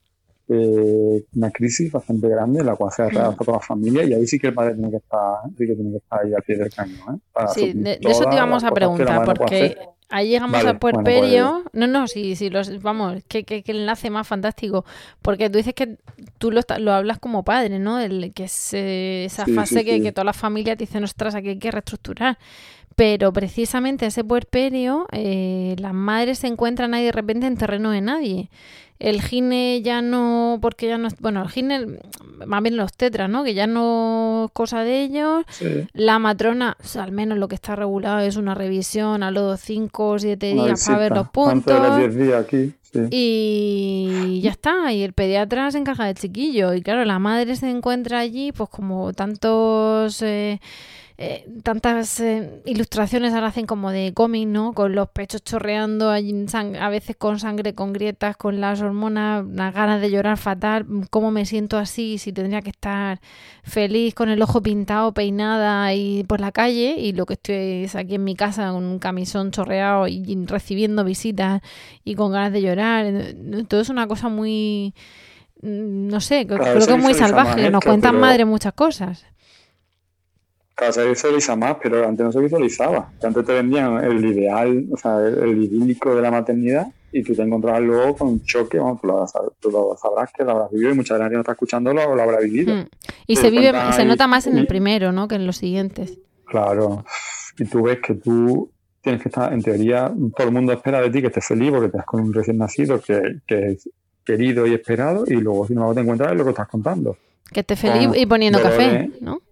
Eh, una crisis bastante grande en la cual se arrastra toda la familia y ahí sí que el padre tiene que estar, sí que tiene que estar ahí al pie del cañón, ¿eh? Para
sí, de, de eso te íbamos a preguntar porque no ahí llegamos vale, al puerperio, bueno, pues... no, no, sí, sí, los, vamos, que, que, que el enlace más fantástico, porque tú dices que tú lo, lo hablas como padre, ¿no? El, que es eh, esa sí, fase sí, que, sí. que toda la familia te dicen, ostras, aquí hay que reestructurar. Pero precisamente ese puerperio, eh, las madres se encuentran ahí de repente en terreno de nadie. El gine ya no, porque ya no, bueno, el gine más bien los tetras, ¿no? Que ya no es cosa de ellos.
Sí.
La matrona, o sea, al menos lo que está regulado es una revisión a los cinco o siete
Una
días
visita,
para ver los puntos.
antes de los diez días aquí, sí.
Y ya está, y el pediatra se encarga del chiquillo. Y claro, la madre se encuentra allí, pues como tantos... Eh, Eh, tantas eh, ilustraciones ahora hacen como de cómic, ¿no? Con los pechos chorreando, a veces con sangre, con grietas, con las hormonas, las ganas de llorar fatal. ¿Cómo me siento así? Si tendría que estar feliz con el ojo pintado, peinada y por la calle, y lo que estoy es aquí en mi casa con un camisón chorreado y recibiendo visitas y con ganas de llorar. Todo es una cosa muy, no sé, claro, creo que es muy salvaje. Nos cuentan pero... madres muchas cosas.
Cada vez se visualiza más, pero antes no se visualizaba. Antes te vendían el ideal, o sea, el, el idílico de la maternidad, y tú te encontrabas luego con un choque. Vamos, tú lo, tú lo sabrás que lo habrás vivido, y mucha gente que no está escuchando lo, lo habrá vivido. Mm.
Y se vive, se nota más en el primero, ¿no? Que en los siguientes.
Claro. Y tú ves que tú tienes que estar, en teoría, todo el mundo espera de ti que estés feliz porque estás con un recién nacido que, que es querido y esperado, y luego si no te encuentras es lo que estás contando.
Que estés feliz con y poniendo café, ¿no?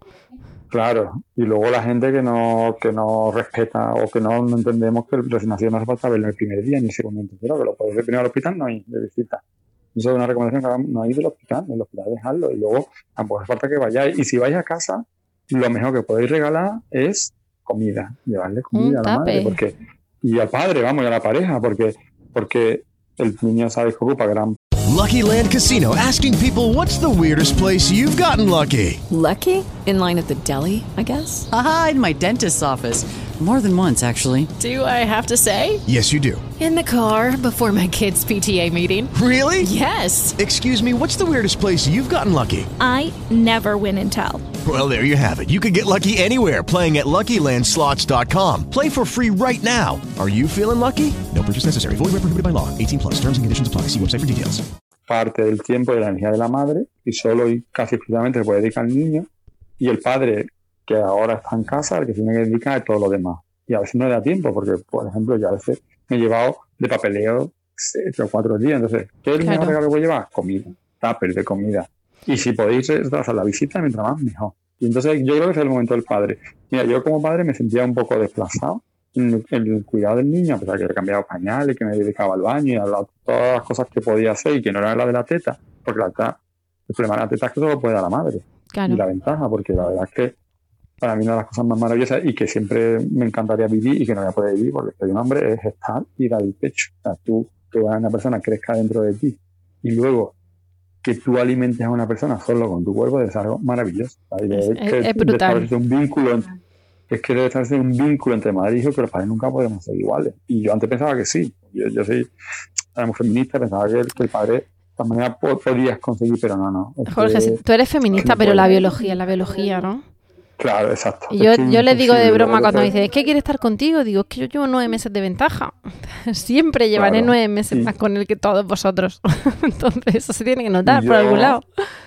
Claro, y luego la gente que no que no respeta o que no, no entendemos que el recién nacido no hace falta verlo el primer día ni el segundo ni el tercero, que lo puedes ver primero al hospital, no hay de visita. Eso es una recomendación que hagamos, no hay del hospital, en el hospital dejarlo, y luego tampoco hace falta que vayáis. Y si vais a casa, lo mejor que podéis regalar es comida, llevarle comida
Un
a la madre, porque y al padre, vamos, y a la pareja, porque porque el niño sabe que ocupa gran.
Lucky Land Casino, asking people, what's the weirdest place you've gotten lucky?
Lucky? In line at the deli, I guess?
Aha, in my dentist's office. More than once, actually.
Do I have to say?
Yes, you do.
In the car before my kids' P T A meeting.
Really?
Yes.
Excuse me, what's the weirdest place you've gotten lucky?
I never win and tell.
Well, there you have it. You can get lucky anywhere, playing at Lucky Land Slots dot com. Play for free right now. Are you feeling lucky? No purchase necessary. Void where prohibited by law. eighteen plus. Terms and conditions apply. See website for details.
Parte del tiempo y de la energía de la madre, y solo y casi exclusivamente se puede dedicar al niño, y el padre, que ahora está en casa, el que se tiene que dedicar a todo lo demás. Y a veces no le da tiempo, porque, por ejemplo, yo a veces me he llevado de papeleo tres o cuatro días. Entonces, ¿qué es el mejor regalo que voy a llevar? Comida, tupper de comida. Y si podéis retrasar la visita, mientras más, mejor. Y entonces yo creo que es el momento del padre. Mira, yo como padre me sentía un poco desplazado en el cuidado del niño, a pesar de que he cambiado pañales, que me dedicaba al baño y a la, todas las cosas que podía hacer y que no era la de la teta, porque la teta, el problema de la teta es que solo puede dar la madre.
Claro.
Y la ventaja, porque la verdad es que para mí una de las cosas más maravillosas y que siempre me encantaría vivir y que no voy a poder vivir porque soy un hombre es estar y dar el pecho. O sea, tú, que una persona crezca dentro de ti y luego que tú alimentes a una persona solo con tu cuerpo es algo maravilloso. Es,
es,
que
es brutal.
Un vínculo entre, es que debe estarse un vínculo entre madre y hijo que los padres nunca podemos ser iguales. Y yo antes pensaba que sí. Yo, yo soy éramos feminista, pensaba que el, que el padre de esta manera podías conseguir, pero no, no. Es
Jorge,
que,
si tú eres feminista, pero la biología, la biología, ¿no?
Claro, exacto.
Y yo, yo le digo de broma cuando me
dice,
dice, ¿es que quiere estar contigo? Digo, es que yo llevo nueve meses de ventaja. Siempre llevaré
claro,
nueve meses
sí.
más con él que todos vosotros. Entonces eso se tiene que notar
yo,
por algún lado.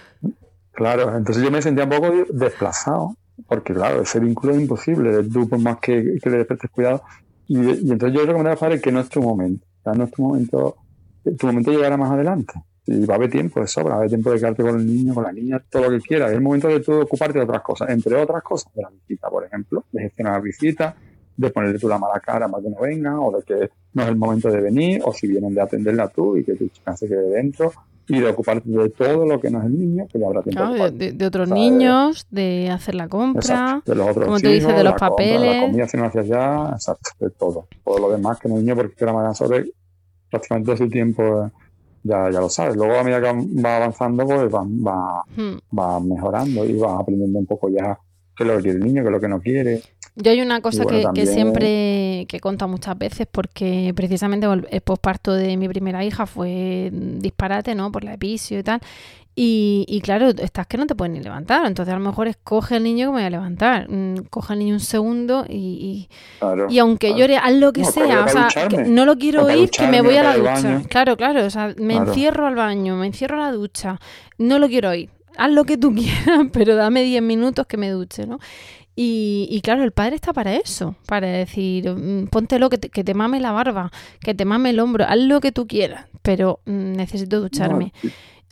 Claro, entonces yo me sentía un poco desplazado, porque claro, ese vínculo es imposible, tú por más que, que le prestes cuidado. Y, y entonces yo recomendaría a padre que no es tu momento, o sea, no es tu momento, tu momento llegará más adelante. Y va a haber tiempo de sobra, va a haber tiempo de quedarte con el niño, con la niña, todo lo que quieras. Es el momento de tú ocuparte de otras cosas, entre otras cosas, de la visita, por ejemplo, de gestionar la visita, de ponerle tú la mala cara para que no venga, o de que no es el momento de venir, o si vienen de atenderla tú y que tu chica se quede dentro, y de ocuparte de todo lo que no es el niño, que ya habrá tiempo.
Claro, de, de, de otros o sea, niños, de hacer la compra, exacto, de los otros como tú dices, de los
la
papeles.
Compra, la comida si no hacia allá, exacto, de todo. Todo lo demás que no es el niño, porque la madre sobre prácticamente todo su tiempo... Ya, ya lo sabes, luego a medida que va avanzando pues va, va, hmm. va mejorando y va aprendiendo un poco ya qué es lo que quiere el niño, qué es lo que no quiere.
Yo hay una cosa bueno, que,
también...
que siempre que he contado muchas veces porque precisamente el posparto de mi primera hija fue disparate, ¿no? Por la episio y tal. Y, y claro, estás que no te puedes ni levantar. Entonces a lo mejor es coge al niño que me voy a levantar. Coge al niño un segundo y, y,
claro,
y aunque
claro.
llore, haz lo que
no,
sea. O sea, que no lo quiero oír, que me voy a la ducha.
Baño.
Claro, claro. O sea, me claro. encierro al baño, me encierro a la ducha. No lo quiero oír. Haz lo que tú quieras, pero dame diez minutos que me duche, ¿no? Y, y claro, el padre está para eso, para decir, póntelo, que te, que te mame la barba, que te mame el hombro, haz lo que tú quieras, pero mm, necesito ducharme.
No,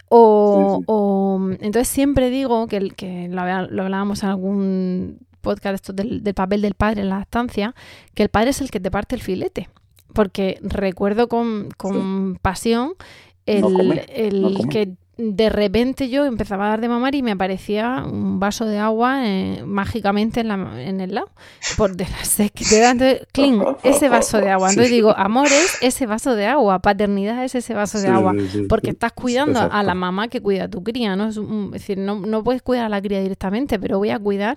O,
Sí, sí.
o entonces siempre digo que, el- que lo, había- lo hablábamos en algún podcast esto del, del papel del padre en la lactancia, que el padre es el que te parte el filete. Porque recuerdo con, con pasión el,
No come,
el
no come.
que de repente yo empezaba a dar de mamar y me aparecía un vaso de agua eh, mágicamente en, la, en el lado. Por de la sed que te dan, entonces, clean, ese vaso de agua. Entonces
Sí.
digo, amor es ese vaso de agua, paternidad es ese vaso de
Sí,
agua.
sí, sí,
Porque
sí.
estás cuidando a
Exacto.
la mamá que cuida a tu cría, ¿no? Es, un- es decir, no, no puedes cuidar a la cría directamente, pero voy a cuidar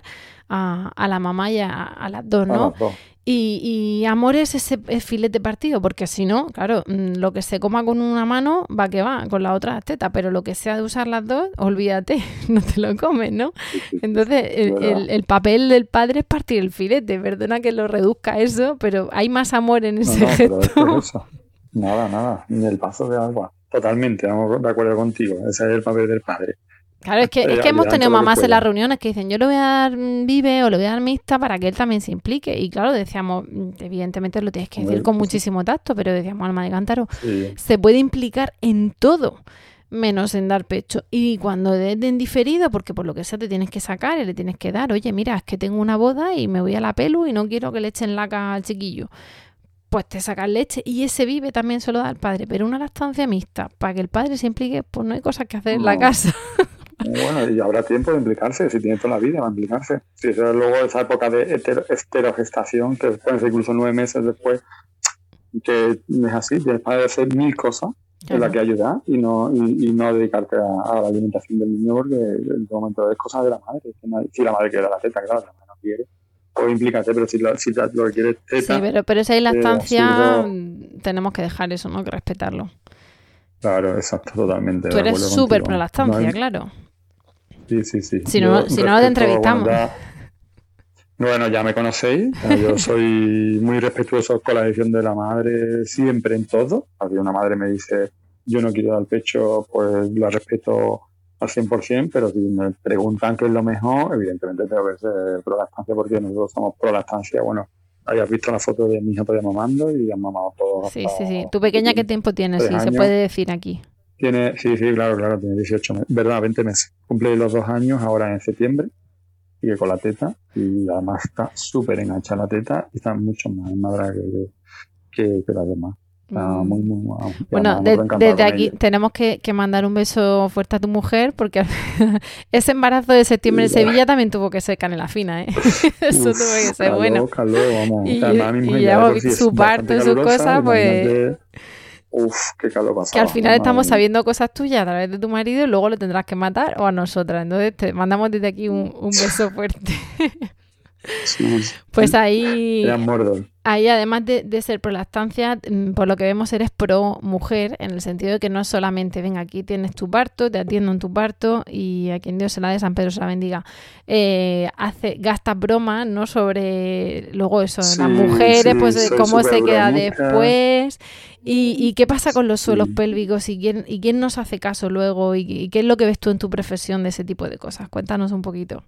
a, a la mamá y a, a las dos,
A
¿no?
las dos.
Y, y amor es ese el filete partido, porque si no, claro, mm, lo que se coma con una mano va que va, con la otra teta, pero lo que sea de usar las dos, olvídate, no te lo comes, ¿no? Entonces, el,
verdad.
el- el papel del padre es partir el filete, perdona que lo reduzca a eso, pero hay más amor en
No,
ese
no, pero es
gesto.
que es eso. Nada, nada, ni el vaso de agua. Totalmente, estamos de acuerdo contigo. Ese es el papel del padre.
Claro, es que, es
Eh,
que hemos
ayudar en
tenido
todo lo que
mamás en
pueda.
las reuniones que dicen, yo le voy a dar mm, vive o le voy a dar mixta para que él también se implique. Y claro, decíamos, mm, evidentemente lo tienes que decir
Hombre,
con
sí.
muchísimo tacto, pero decíamos, alma de cántaro,
Sí.
se puede implicar en todo, menos en dar pecho. Y cuando es de en diferido, porque por lo que sea te tienes que sacar y le tienes que dar, oye, mira, es que tengo una boda y me voy a la pelu y no quiero que le echen laca al chiquillo. Pues te sacas leche y ese vive también se lo da al padre, pero una lactancia mixta, para que el padre se implique, pues no hay cosas que hacer en la
No.
casa.
Bueno, y habrá tiempo de implicarse, si tiene toda la vida va a implicarse. Si eso es luego esa época de hetero- esterogestación, que pueden ser incluso nueve meses después, que es así, tienes para hacer mil cosas en las que ayudar y no y, y no dedicarte a, a la alimentación del niño, porque en todo momento es cosa de la madre. Que no- si la madre quiere la teta, claro, la madre no quiere, pues implícate, pero si, la- si la- lo que quiere es teta,
Sí, pero, pero esa es
eh,
lactancia,
absurdo.
mm, tenemos que dejar eso, ¿no? Que respetarlo.
Claro, exacto, totalmente.
Tú
de
eres
acuerdo
súper
contigo.
pro lactancia,
No hay-
claro.
Sí, sí, sí.
Si no-
Yo
si no, no te
respeto,
entrevistamos.
bueno, ya- Bueno, ya me conocéis. Ya yo soy muy respetuoso con la decisión de la madre siempre en todo. Si una madre me dice, yo no quiero dar pecho, pues la respeto al cien por ciento, pero si me preguntan qué es lo mejor, evidentemente tengo que ser pro lactancia, porque nosotros somos pro lactancia. Bueno, habías visto la foto de mi hija todavía mamando y han mamado todos.
Sí,
hasta-
sí, sí. ¿Tu pequeña qué tiempo tiene?
tres
Sí, se
años.
puede decir aquí.
Tiene, sí, sí, claro, claro, tiene dieciocho meses, verdad, veinte meses. Cumple los dos años ahora en septiembre, sigue con la teta y además está súper enganchada la teta y está mucho más madra que, que, que las demás. Está
Mm.
muy, muy, muy- ya
Bueno,
nos
de-
hemos encantado
desde
con
aquí
ella.
tenemos que, que mandar un beso fuerte a tu mujer, porque ese embarazo de septiembre en
Sí, ya.
Sevilla también tuvo que ser canela fina, ¿eh? Eso
Uf,
tuvo que ser
calor,
bueno.
calor, vamos.
Y-
Además, mi
y
mujer
ya
ya
hemos
de por sí
visto
es
su parto
bastante
y sus
calurosa,
cosas, pues-
imagínate, uf, qué calor pasaba.
Que al final
madre
estamos
mía.
sabiendo cosas tuyas a través de tu marido y luego lo tendrás que matar o a nosotras. Entonces te mandamos desde aquí un, un beso fuerte.
Sí,
Pues ahí,
Era Mordor.
ahí además de, de ser pro lactancia, mm, por lo que vemos eres pro mujer, en el sentido de que no es solamente, venga, aquí tienes tu parto, te atiendo en tu parto y a quien Dios se la dé, San Pedro se la bendiga. Eh, hace, gastas bromas, ¿no? Sobre luego eso,
Sí,
las mujeres,
sí,
pues eh,
soy
cómo se
súper
queda
bromista.
después y, y qué pasa con los suelos
Sí.
pélvicos y quién, y quién nos hace caso luego y, y qué es lo que ves tú en tu profesión de ese tipo de cosas. Cuéntanos un poquito.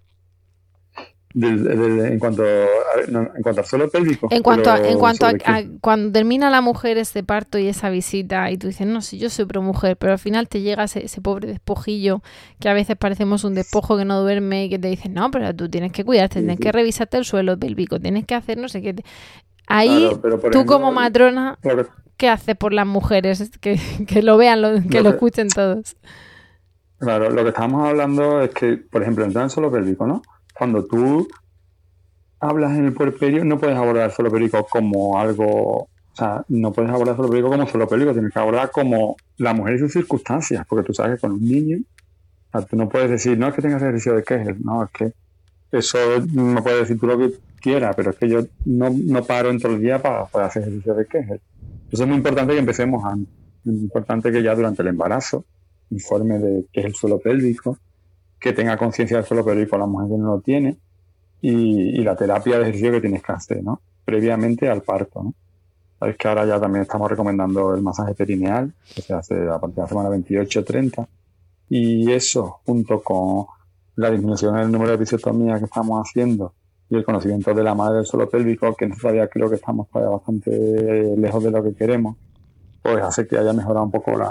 De- de- de- en cuanto a, ver, no, en cuanto al suelo pélvico.
En cuanto a,
pero
en cuanto a,
sobre qué.
a- cuando termina la mujer ese parto y esa visita y tú dices, no, si yo soy pro mujer, pero al final te llega ese, ese pobre despojillo que a veces parecemos un despojo que no duerme y que te dicen, no, pero tú tienes que cuidarte,
Sí,
tienes
sí.
que revisarte el suelo pélvico, tienes que hacer no sé qué. te- Ahí,
Claro, pero por
tú
ejemplo,
como matrona,
lo que-
¿qué haces por las mujeres? Que, que lo vean, lo- que
Lo
lo
que-
escuchen todos.
Claro, lo que estábamos hablando es que, por ejemplo, en el suelo pélvico, ¿no? Cuando tú hablas en el puerperio, no puedes abordar el suelo pélvico como algo, o sea, no puedes abordar el suelo pélvico como suelo pélvico, tienes que abordar como la mujer y sus circunstancias, porque tú sabes que con un niño, o sea, tú no puedes decir, no es que tengas ejercicio de Kegel, no, es que eso no puedes decir tú lo que quieras, pero es que yo no, no paro en todo el día para, para hacer ejercicio de Kegel. Entonces es muy importante que empecemos antes, es muy importante que ya durante el embarazo informe de qué es el suelo pélvico, que tenga conciencia del suelo pélvico la mujer que no lo tiene, y, y la terapia de ejercicio que tienes que hacer, ¿no? Previamente al parto, ¿no? Sabes que ahora ya también estamos recomendando el masaje perineal, que se hace a partir de la semana veintiocho treinta, y eso, junto con la disminución en el número de episiotomías que estamos haciendo y el conocimiento de la madre del suelo pélvico, que todavía creo que estamos todavía bastante lejos de lo que queremos, pues hace que haya mejorado un poco la,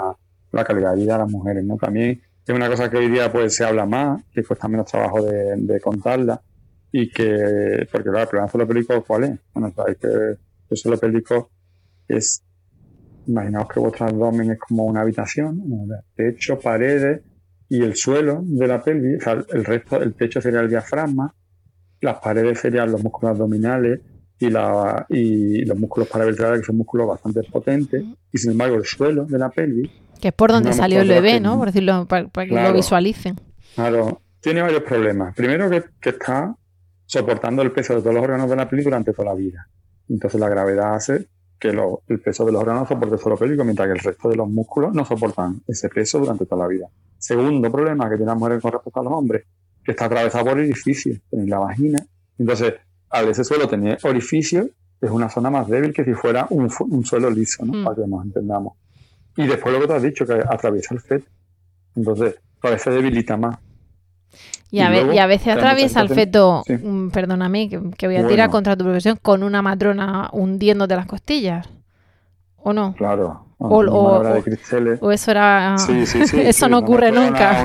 la calidad de vida de las mujeres, ¿no? También es una cosa que hoy día pues se habla más, que cuesta menos trabajo de, de contarla, y que, porque claro, el problema del suelo pélvico, ¿cuál es? Bueno, sabéis que el suelo pélvico es, imaginaos que vuestro abdomen es como una habitación, ¿no? Techo, paredes y el suelo de la pelvis, o sea, el resto, el techo sería el diafragma, las paredes serían los músculos abdominales y, la, y los músculos paravertebrales, que son músculos bastante potentes, y sin embargo el suelo de la pelvis,
que es por donde salió el bebé,
que,
¿no? Por decirlo, para, para que claro, lo visualicen.
Claro, tiene varios problemas. Primero que, que está soportando el peso de todos los órganos de la pelvis durante toda la vida. Entonces la gravedad hace que lo, el peso de los órganos soporte el suelo pélvico, mientras que el resto de los músculos no soportan ese peso durante toda la vida. Segundo problema que tienen las mujeres con respecto a los hombres, que está atravesado por orificios en la vagina. Entonces, al ese suelo tener orificios, es una zona más débil que si fuera un, un suelo liso, ¿no? Mm. Para que nos entendamos. Y después lo que tú has dicho, que atraviesa el feto. Entonces, a veces debilita más.
Y a, y, luego, y a veces atraviesa el feto, sí. um, perdóname, que, que voy a bueno. tirar contra tu profesión, con una matrona hundiéndote las costillas. ¿O no?
Claro.
O, o,
de cristeles.
o eso era...
Sí, sí, sí,
eso
sí,
no ocurre nunca.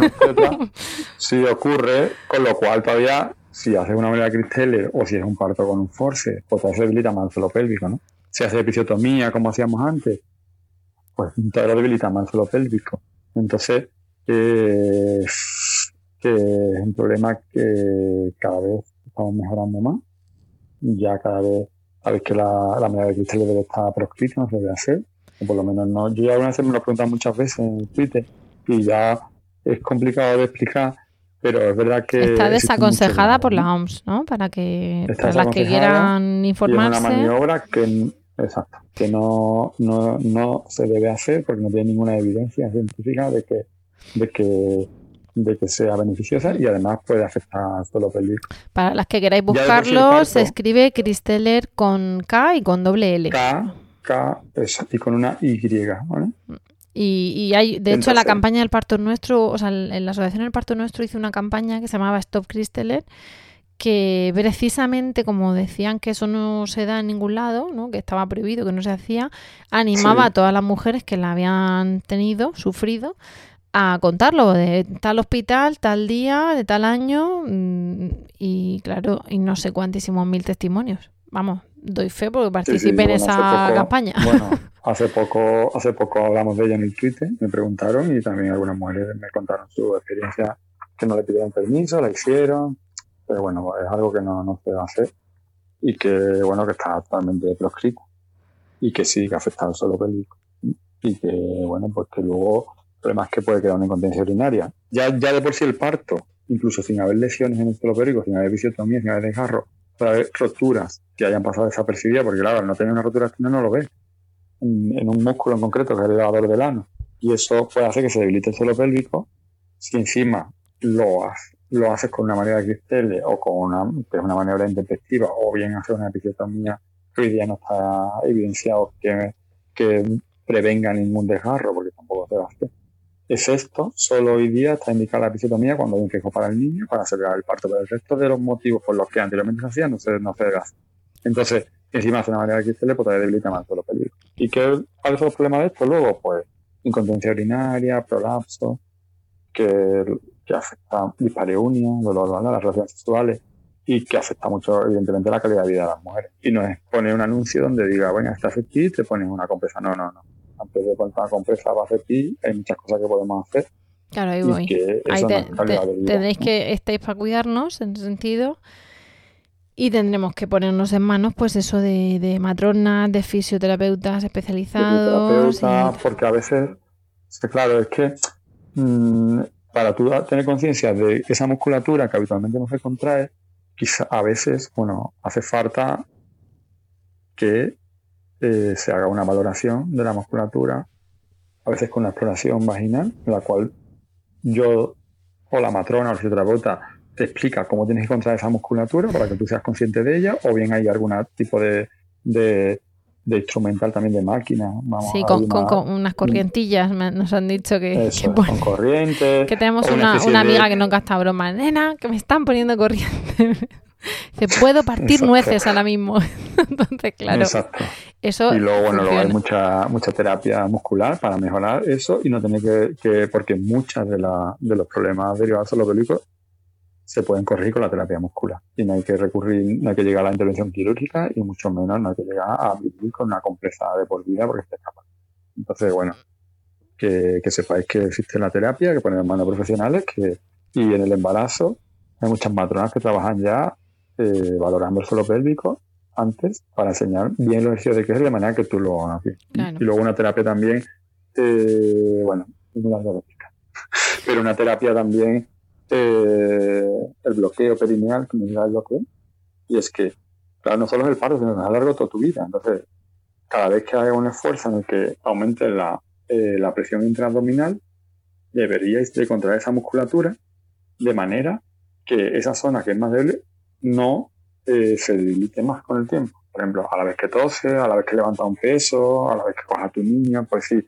Sí ocurre, con lo cual todavía, si haces una manera de cristeles o si es un parto con un force, pues todavía se debilita más el suelo pélvico, ¿no? Si haces episiotomía, como hacíamos antes, pues todavía debilita más el suelo pélvico. Entonces, eh, que es un problema que cada vez estamos mejorando más. Ya cada vez, sabéis que la, la medida de cristeles debe estar proscrita, no se debe hacer. O por lo menos no. Yo ya algunas veces me lo he preguntado muchas veces en Twitter y ya es complicado de explicar, pero es verdad que...
Está desaconsejada por la O M S, ¿no? Para que para las que quieran informarse.
Es una maniobra que, exacto, que no, no, no se debe hacer porque no tiene ninguna evidencia científica de que, de que de que sea beneficiosa y además puede afectar al suelo pélvico.
Para las que queráis buscarlo, se escribe Cristeler con K y con doble L.
K, K y con una Y, ¿vale?
Y, y hay, de Entonces, hecho, la campaña del Parto Nuestro, o sea, en la Asociación del Parto Nuestro hizo una campaña que se llamaba Stop Cristeler, que precisamente, como decían que eso no se da en ningún lado, ¿no? Que estaba prohibido, que no se hacía, animaba sí. a todas las mujeres que la habían tenido, sufrido, a contarlo de tal hospital, tal día, de tal año, y claro, y no sé cuantísimos mil testimonios. Vamos, doy fe porque participé sí, sí, en bueno, esa
poco,
campaña.
Bueno, hace poco, hace poco hablamos de ella en el Twitter, me preguntaron y también algunas mujeres me contaron su experiencia, que no le pidieron permiso, la hicieron, pero bueno, es algo que no, no se va a hacer y que bueno, que está totalmente proscrito y que sí, que afecta al suelo pélvico y que bueno, pues que luego el problema es que puede quedar una incontinencia urinaria. Ya, ya de por sí el parto, incluso sin haber lesiones en el suelo pélvico, sin haber episiotomía, sin haber desgarro, puede haber roturas que hayan pasado desapercibidas, porque claro, al no tener una rotura no, no lo ves en, en un músculo en concreto, que es el elevador del ano, y eso puede hacer que se debilite el suelo pélvico. Si encima lo, lo haces con una manera de cristeles o con una, que es una maniobra intempestiva, o bien hacer una episiotomía que hoy día no está evidenciado que, que prevenga ningún desgarro, porque tampoco se va a hacer. Es esto, solo hoy día está indicada la episiotomía cuando hay un riesgo para el niño, para acelerar el parto, pero el resto de los motivos por los que anteriormente se hacía no se, no se hace. Entonces, encima hace una manera de cristeles, pues todavía debilita más el suelo pélvico. ¿Y qué, cuáles son los problemas de esto luego? Pues incontinencia urinaria, prolapso, que, que afecta dispareunia, dolor, ¿vale? Las relaciones sexuales, y que afecta mucho, evidentemente, la calidad de vida de las mujeres. Y no es poner un anuncio donde diga, bueno, estás aquí, te pones una compresa. No, no, no. Antes de poner una compresa para hacer pis, hay muchas cosas que podemos hacer.
Claro, ahí voy. Ahí te, no te, tendréis que, estáis para cuidarnos, en ese sentido, y tendremos que ponernos en manos, pues eso de, de matronas, de fisioterapeutas especializados.
Fisioterapeutas, y... porque a veces, claro, es que mmm, para tú tener conciencia de esa musculatura que habitualmente no se contrae, quizá a veces, bueno, hace falta que eh, se haga una valoración de la musculatura, a veces con una exploración vaginal, en la cual yo o la matrona o el fisioterapeuta te explica cómo tienes que contraer esa musculatura para que tú seas consciente de ella, o bien hay algún tipo de, de, de instrumental también de máquina. Vamos,
sí, con, con, con unas corrientillas nos han dicho que,
eso,
que,
con corrientes.
Que tenemos una, una amiga de... que no gasta broma. Nena, que me están poniendo corriente. Se puedo partir
Exacto.
nueces ahora mismo. Entonces, claro.
Exacto.
Eso
y luego, bueno, luego hay
funciona.
mucha mucha terapia muscular para mejorar eso y no tener que, que porque muchas de, la, de los problemas derivados de los pélvicos se pueden corregir con la terapia muscular y no hay que recurrir, no hay que llegar a la intervención quirúrgica y mucho menos no hay que llegar a vivir con una compresa de por vida porque se escapa. Entonces, bueno, que, que sepáis que existe la terapia, que ponen en manos profesionales, que y en el embarazo hay muchas matronas que trabajan ya eh, valorando el suelo pélvico antes para enseñar bien los ejercicios de que es de manera que tú lo hagas bien.
Claro.
Y luego una terapia también, eh, bueno, es muy larga de explicar, pero una terapia también, eh, el bloqueo perineal, que me diga el bloqueo, y es que, claro, no solo es el parto, sino que es a lo largo de toda tu vida. Entonces, cada vez que hagas un esfuerzo en el que aumente la, eh, la presión intraabdominal, deberíais de contraer esa musculatura de manera que esa zona que es más débil no eh, se debilite más con el tiempo. Por ejemplo, a la vez que tose, a la vez que levanta un peso, a la vez que coja a tu niño, pues sí,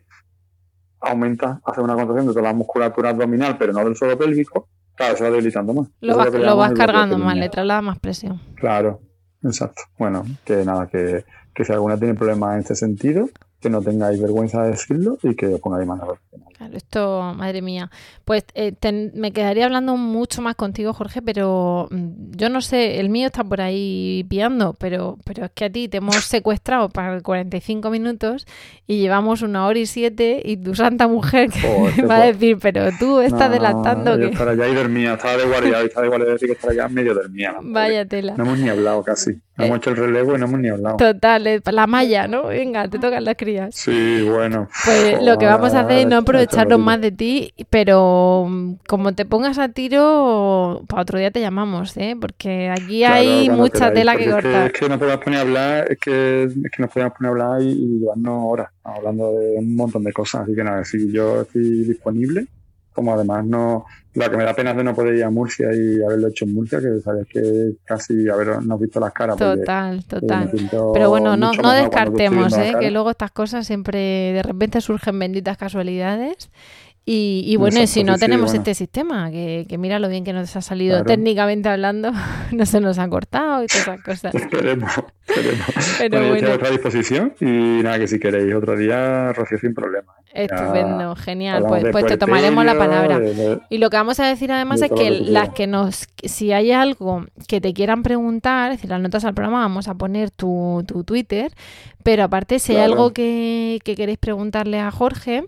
aumenta, hace una contracción de toda la musculatura abdominal, pero no del suelo pélvico, claro, se va debilitando más.
Lo,
Eso
vas,
es que
lo
llamamos
vas
el bloqueo
cargando más,
perineal.
le traslada más presión.
Claro, exacto. Bueno, que nada, que, que si alguna tiene problemas en este sentido, que no tengáis vergüenza de decirlo y que os pongáis manos profesionales.
Claro, esto, madre mía. Pues eh, ten- me quedaría hablando mucho más contigo, Jorge, pero mm, yo no sé, el mío está por ahí piando, pero, pero es que a ti te hemos secuestrado para cuarenta y cinco minutos y llevamos una hora y siete y tu santa mujer que
Joder,
va a
pues,
decir, pero tú estás
no,
delatando
no, yo
que...
estaba allá y dormía, estaba de guardia, estaba de guardia, decir que estaba ya medio dormía. ¿No?
Vaya tela.
No hemos ni hablado casi. No
Eh,
hemos hecho el relevo y no hemos ni hablado.
Total, eh, la malla, ¿no? Venga, te tocan las crías.
Sí, bueno.
Pues lo que vamos a hacer es no aprovecharnos más
de
de ti, pero mm, como te pongas a tiro, para otro día te llamamos, ¿eh? Porque aquí
Claro,
hay
cuando
mucha
queráis,
tela
porque
que
es
cortar.
Es que no podemos poner a hablar, es que, es que nos podemos poner a hablar y, y llevarnos horas hablando de un montón de cosas. Así que nada, si yo estoy disponible, como además no, lo que me da pena es de no poder ir a Murcia y haberlo hecho en Murcia, que sabes que casi habernos visto las caras. porque,
Total,
eh,
total.
me siento
Pero bueno, no,
mucho
no
mejor cuando te estoy
descartemos,
viendo la
¿eh?
cara.
Que luego estas cosas siempre de repente surgen benditas casualidades. Y, y bueno, y
Exacto,
si no
sí, sí,
tenemos
bueno.
este sistema, que, que mira lo bien que nos ha salido
Claro.
técnicamente hablando, no se nos ha cortado y todas esas cosas.
Esperemos, esperemos.
Pero
bueno, yo estoy
bueno.
a vuestra disposición y nada, que si queréis otro día, Rocío, sin problema. ¿eh? Ya
Estupendo, genial.
hablamos
Pues,
de
pues te tomaremos la
puerperio,
palabra.
de- de-
Y lo que vamos a decir además
de
es
todo
que
lo que tú
las
quieras.
que nos, si hay algo que te quieran preguntar, es decir, las notas al programa, vamos a poner tu, tu Twitter, pero aparte si hay
Claro.
algo que, que queréis preguntarle a Jorge,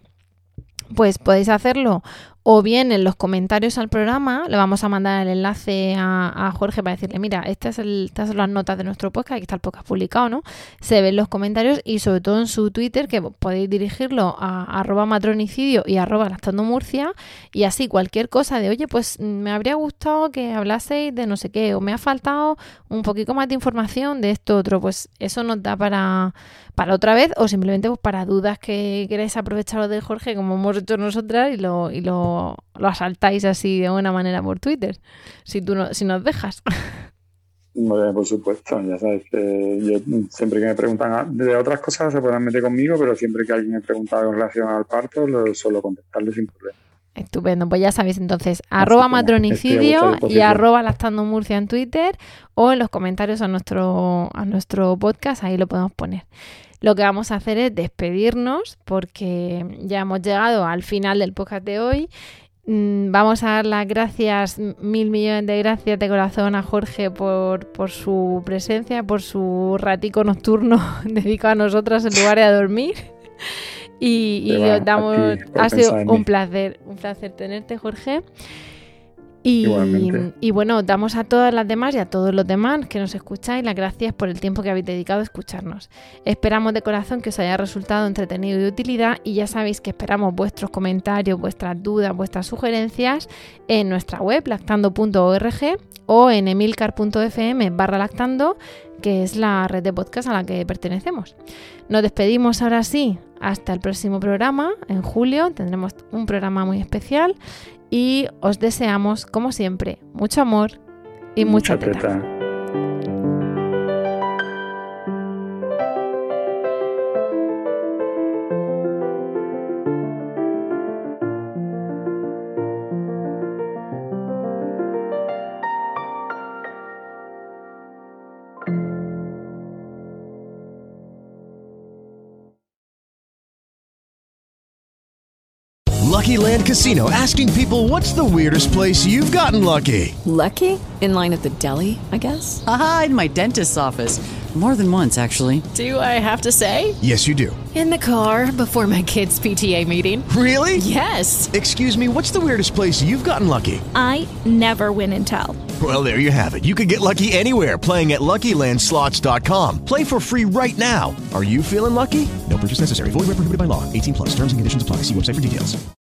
pues podéis hacerlo o bien en los comentarios al programa, le vamos a mandar el enlace a, a Jorge para decirle, mira, esta es el, estas son las notas de nuestro podcast, aquí está el podcast publicado, ¿no? Se ven los comentarios y sobre todo en su Twitter, que podéis dirigirlo a arroba matronicidio y arroba lactando Murcia, y así cualquier cosa de, oye, pues me habría gustado que hablaseis de no sé qué, o me ha faltado un poquito más de información de esto otro, pues eso nos da para, para otra vez, o simplemente pues para dudas que queráis aprovecharos de Jorge, como hemos hecho nosotras, y lo, y lo lo asaltáis así de buena manera por Twitter, si tú no, si nos dejas.
Bueno, por supuesto, ya sabes que yo siempre que me preguntan de otras cosas se pueden meter conmigo, pero siempre que alguien me pregunta en relación al parto, lo suelo contestarle sin problema.
Estupendo, pues ya sabéis entonces, arroba
que nada, estoy a
matronicidio
vuestra
y
disposición.
arroba lactando Murcia en Twitter o en los comentarios a nuestro, a nuestro podcast, ahí lo podemos poner. Lo que vamos a hacer es despedirnos porque ya hemos llegado al final del podcast de hoy. Mm, Vamos a dar las gracias, mil millones de gracias de corazón a Jorge por, por su presencia, por su ratico nocturno dedicado a nosotras en lugar de a dormir. Y, y
Te va,
os damos,
a ti, por
ha sido
pensar en
un
mí.
placer, un placer tenerte, Jorge. Y,
Igualmente.
y bueno, damos a todas las demás y a todos los demás que nos escucháis las gracias por el tiempo que habéis dedicado a escucharnos. Esperamos de corazón que os haya resultado entretenido y de utilidad y ya sabéis que esperamos vuestros comentarios, vuestras dudas, vuestras sugerencias en nuestra web lactando punto org o en emilcar punto f m barra lactando, que es la red de podcast a la que pertenecemos. Nos despedimos ahora sí, hasta el próximo programa, en julio tendremos un programa muy especial y os deseamos, como siempre, mucho amor y mucha,
Mucha
teta.
teta.
Lucky Land Casino, asking people, what's the weirdest place you've gotten lucky?
Lucky? In line at the deli, I guess?
Aha, in my dentist's office. More than once, actually.
Do I have to say?
Yes, you do.
In the car before my kids' P T A meeting.
Really?
Yes.
Excuse me, what's the weirdest place you've gotten lucky?
I never win and tell.
Well, there you have it. You can get lucky anywhere, playing at Lucky Land Slots dot com. Play for free right now. Are you feeling lucky? No purchase necessary. Void where prohibited by law. eighteen plus. Terms and conditions apply. See website for details.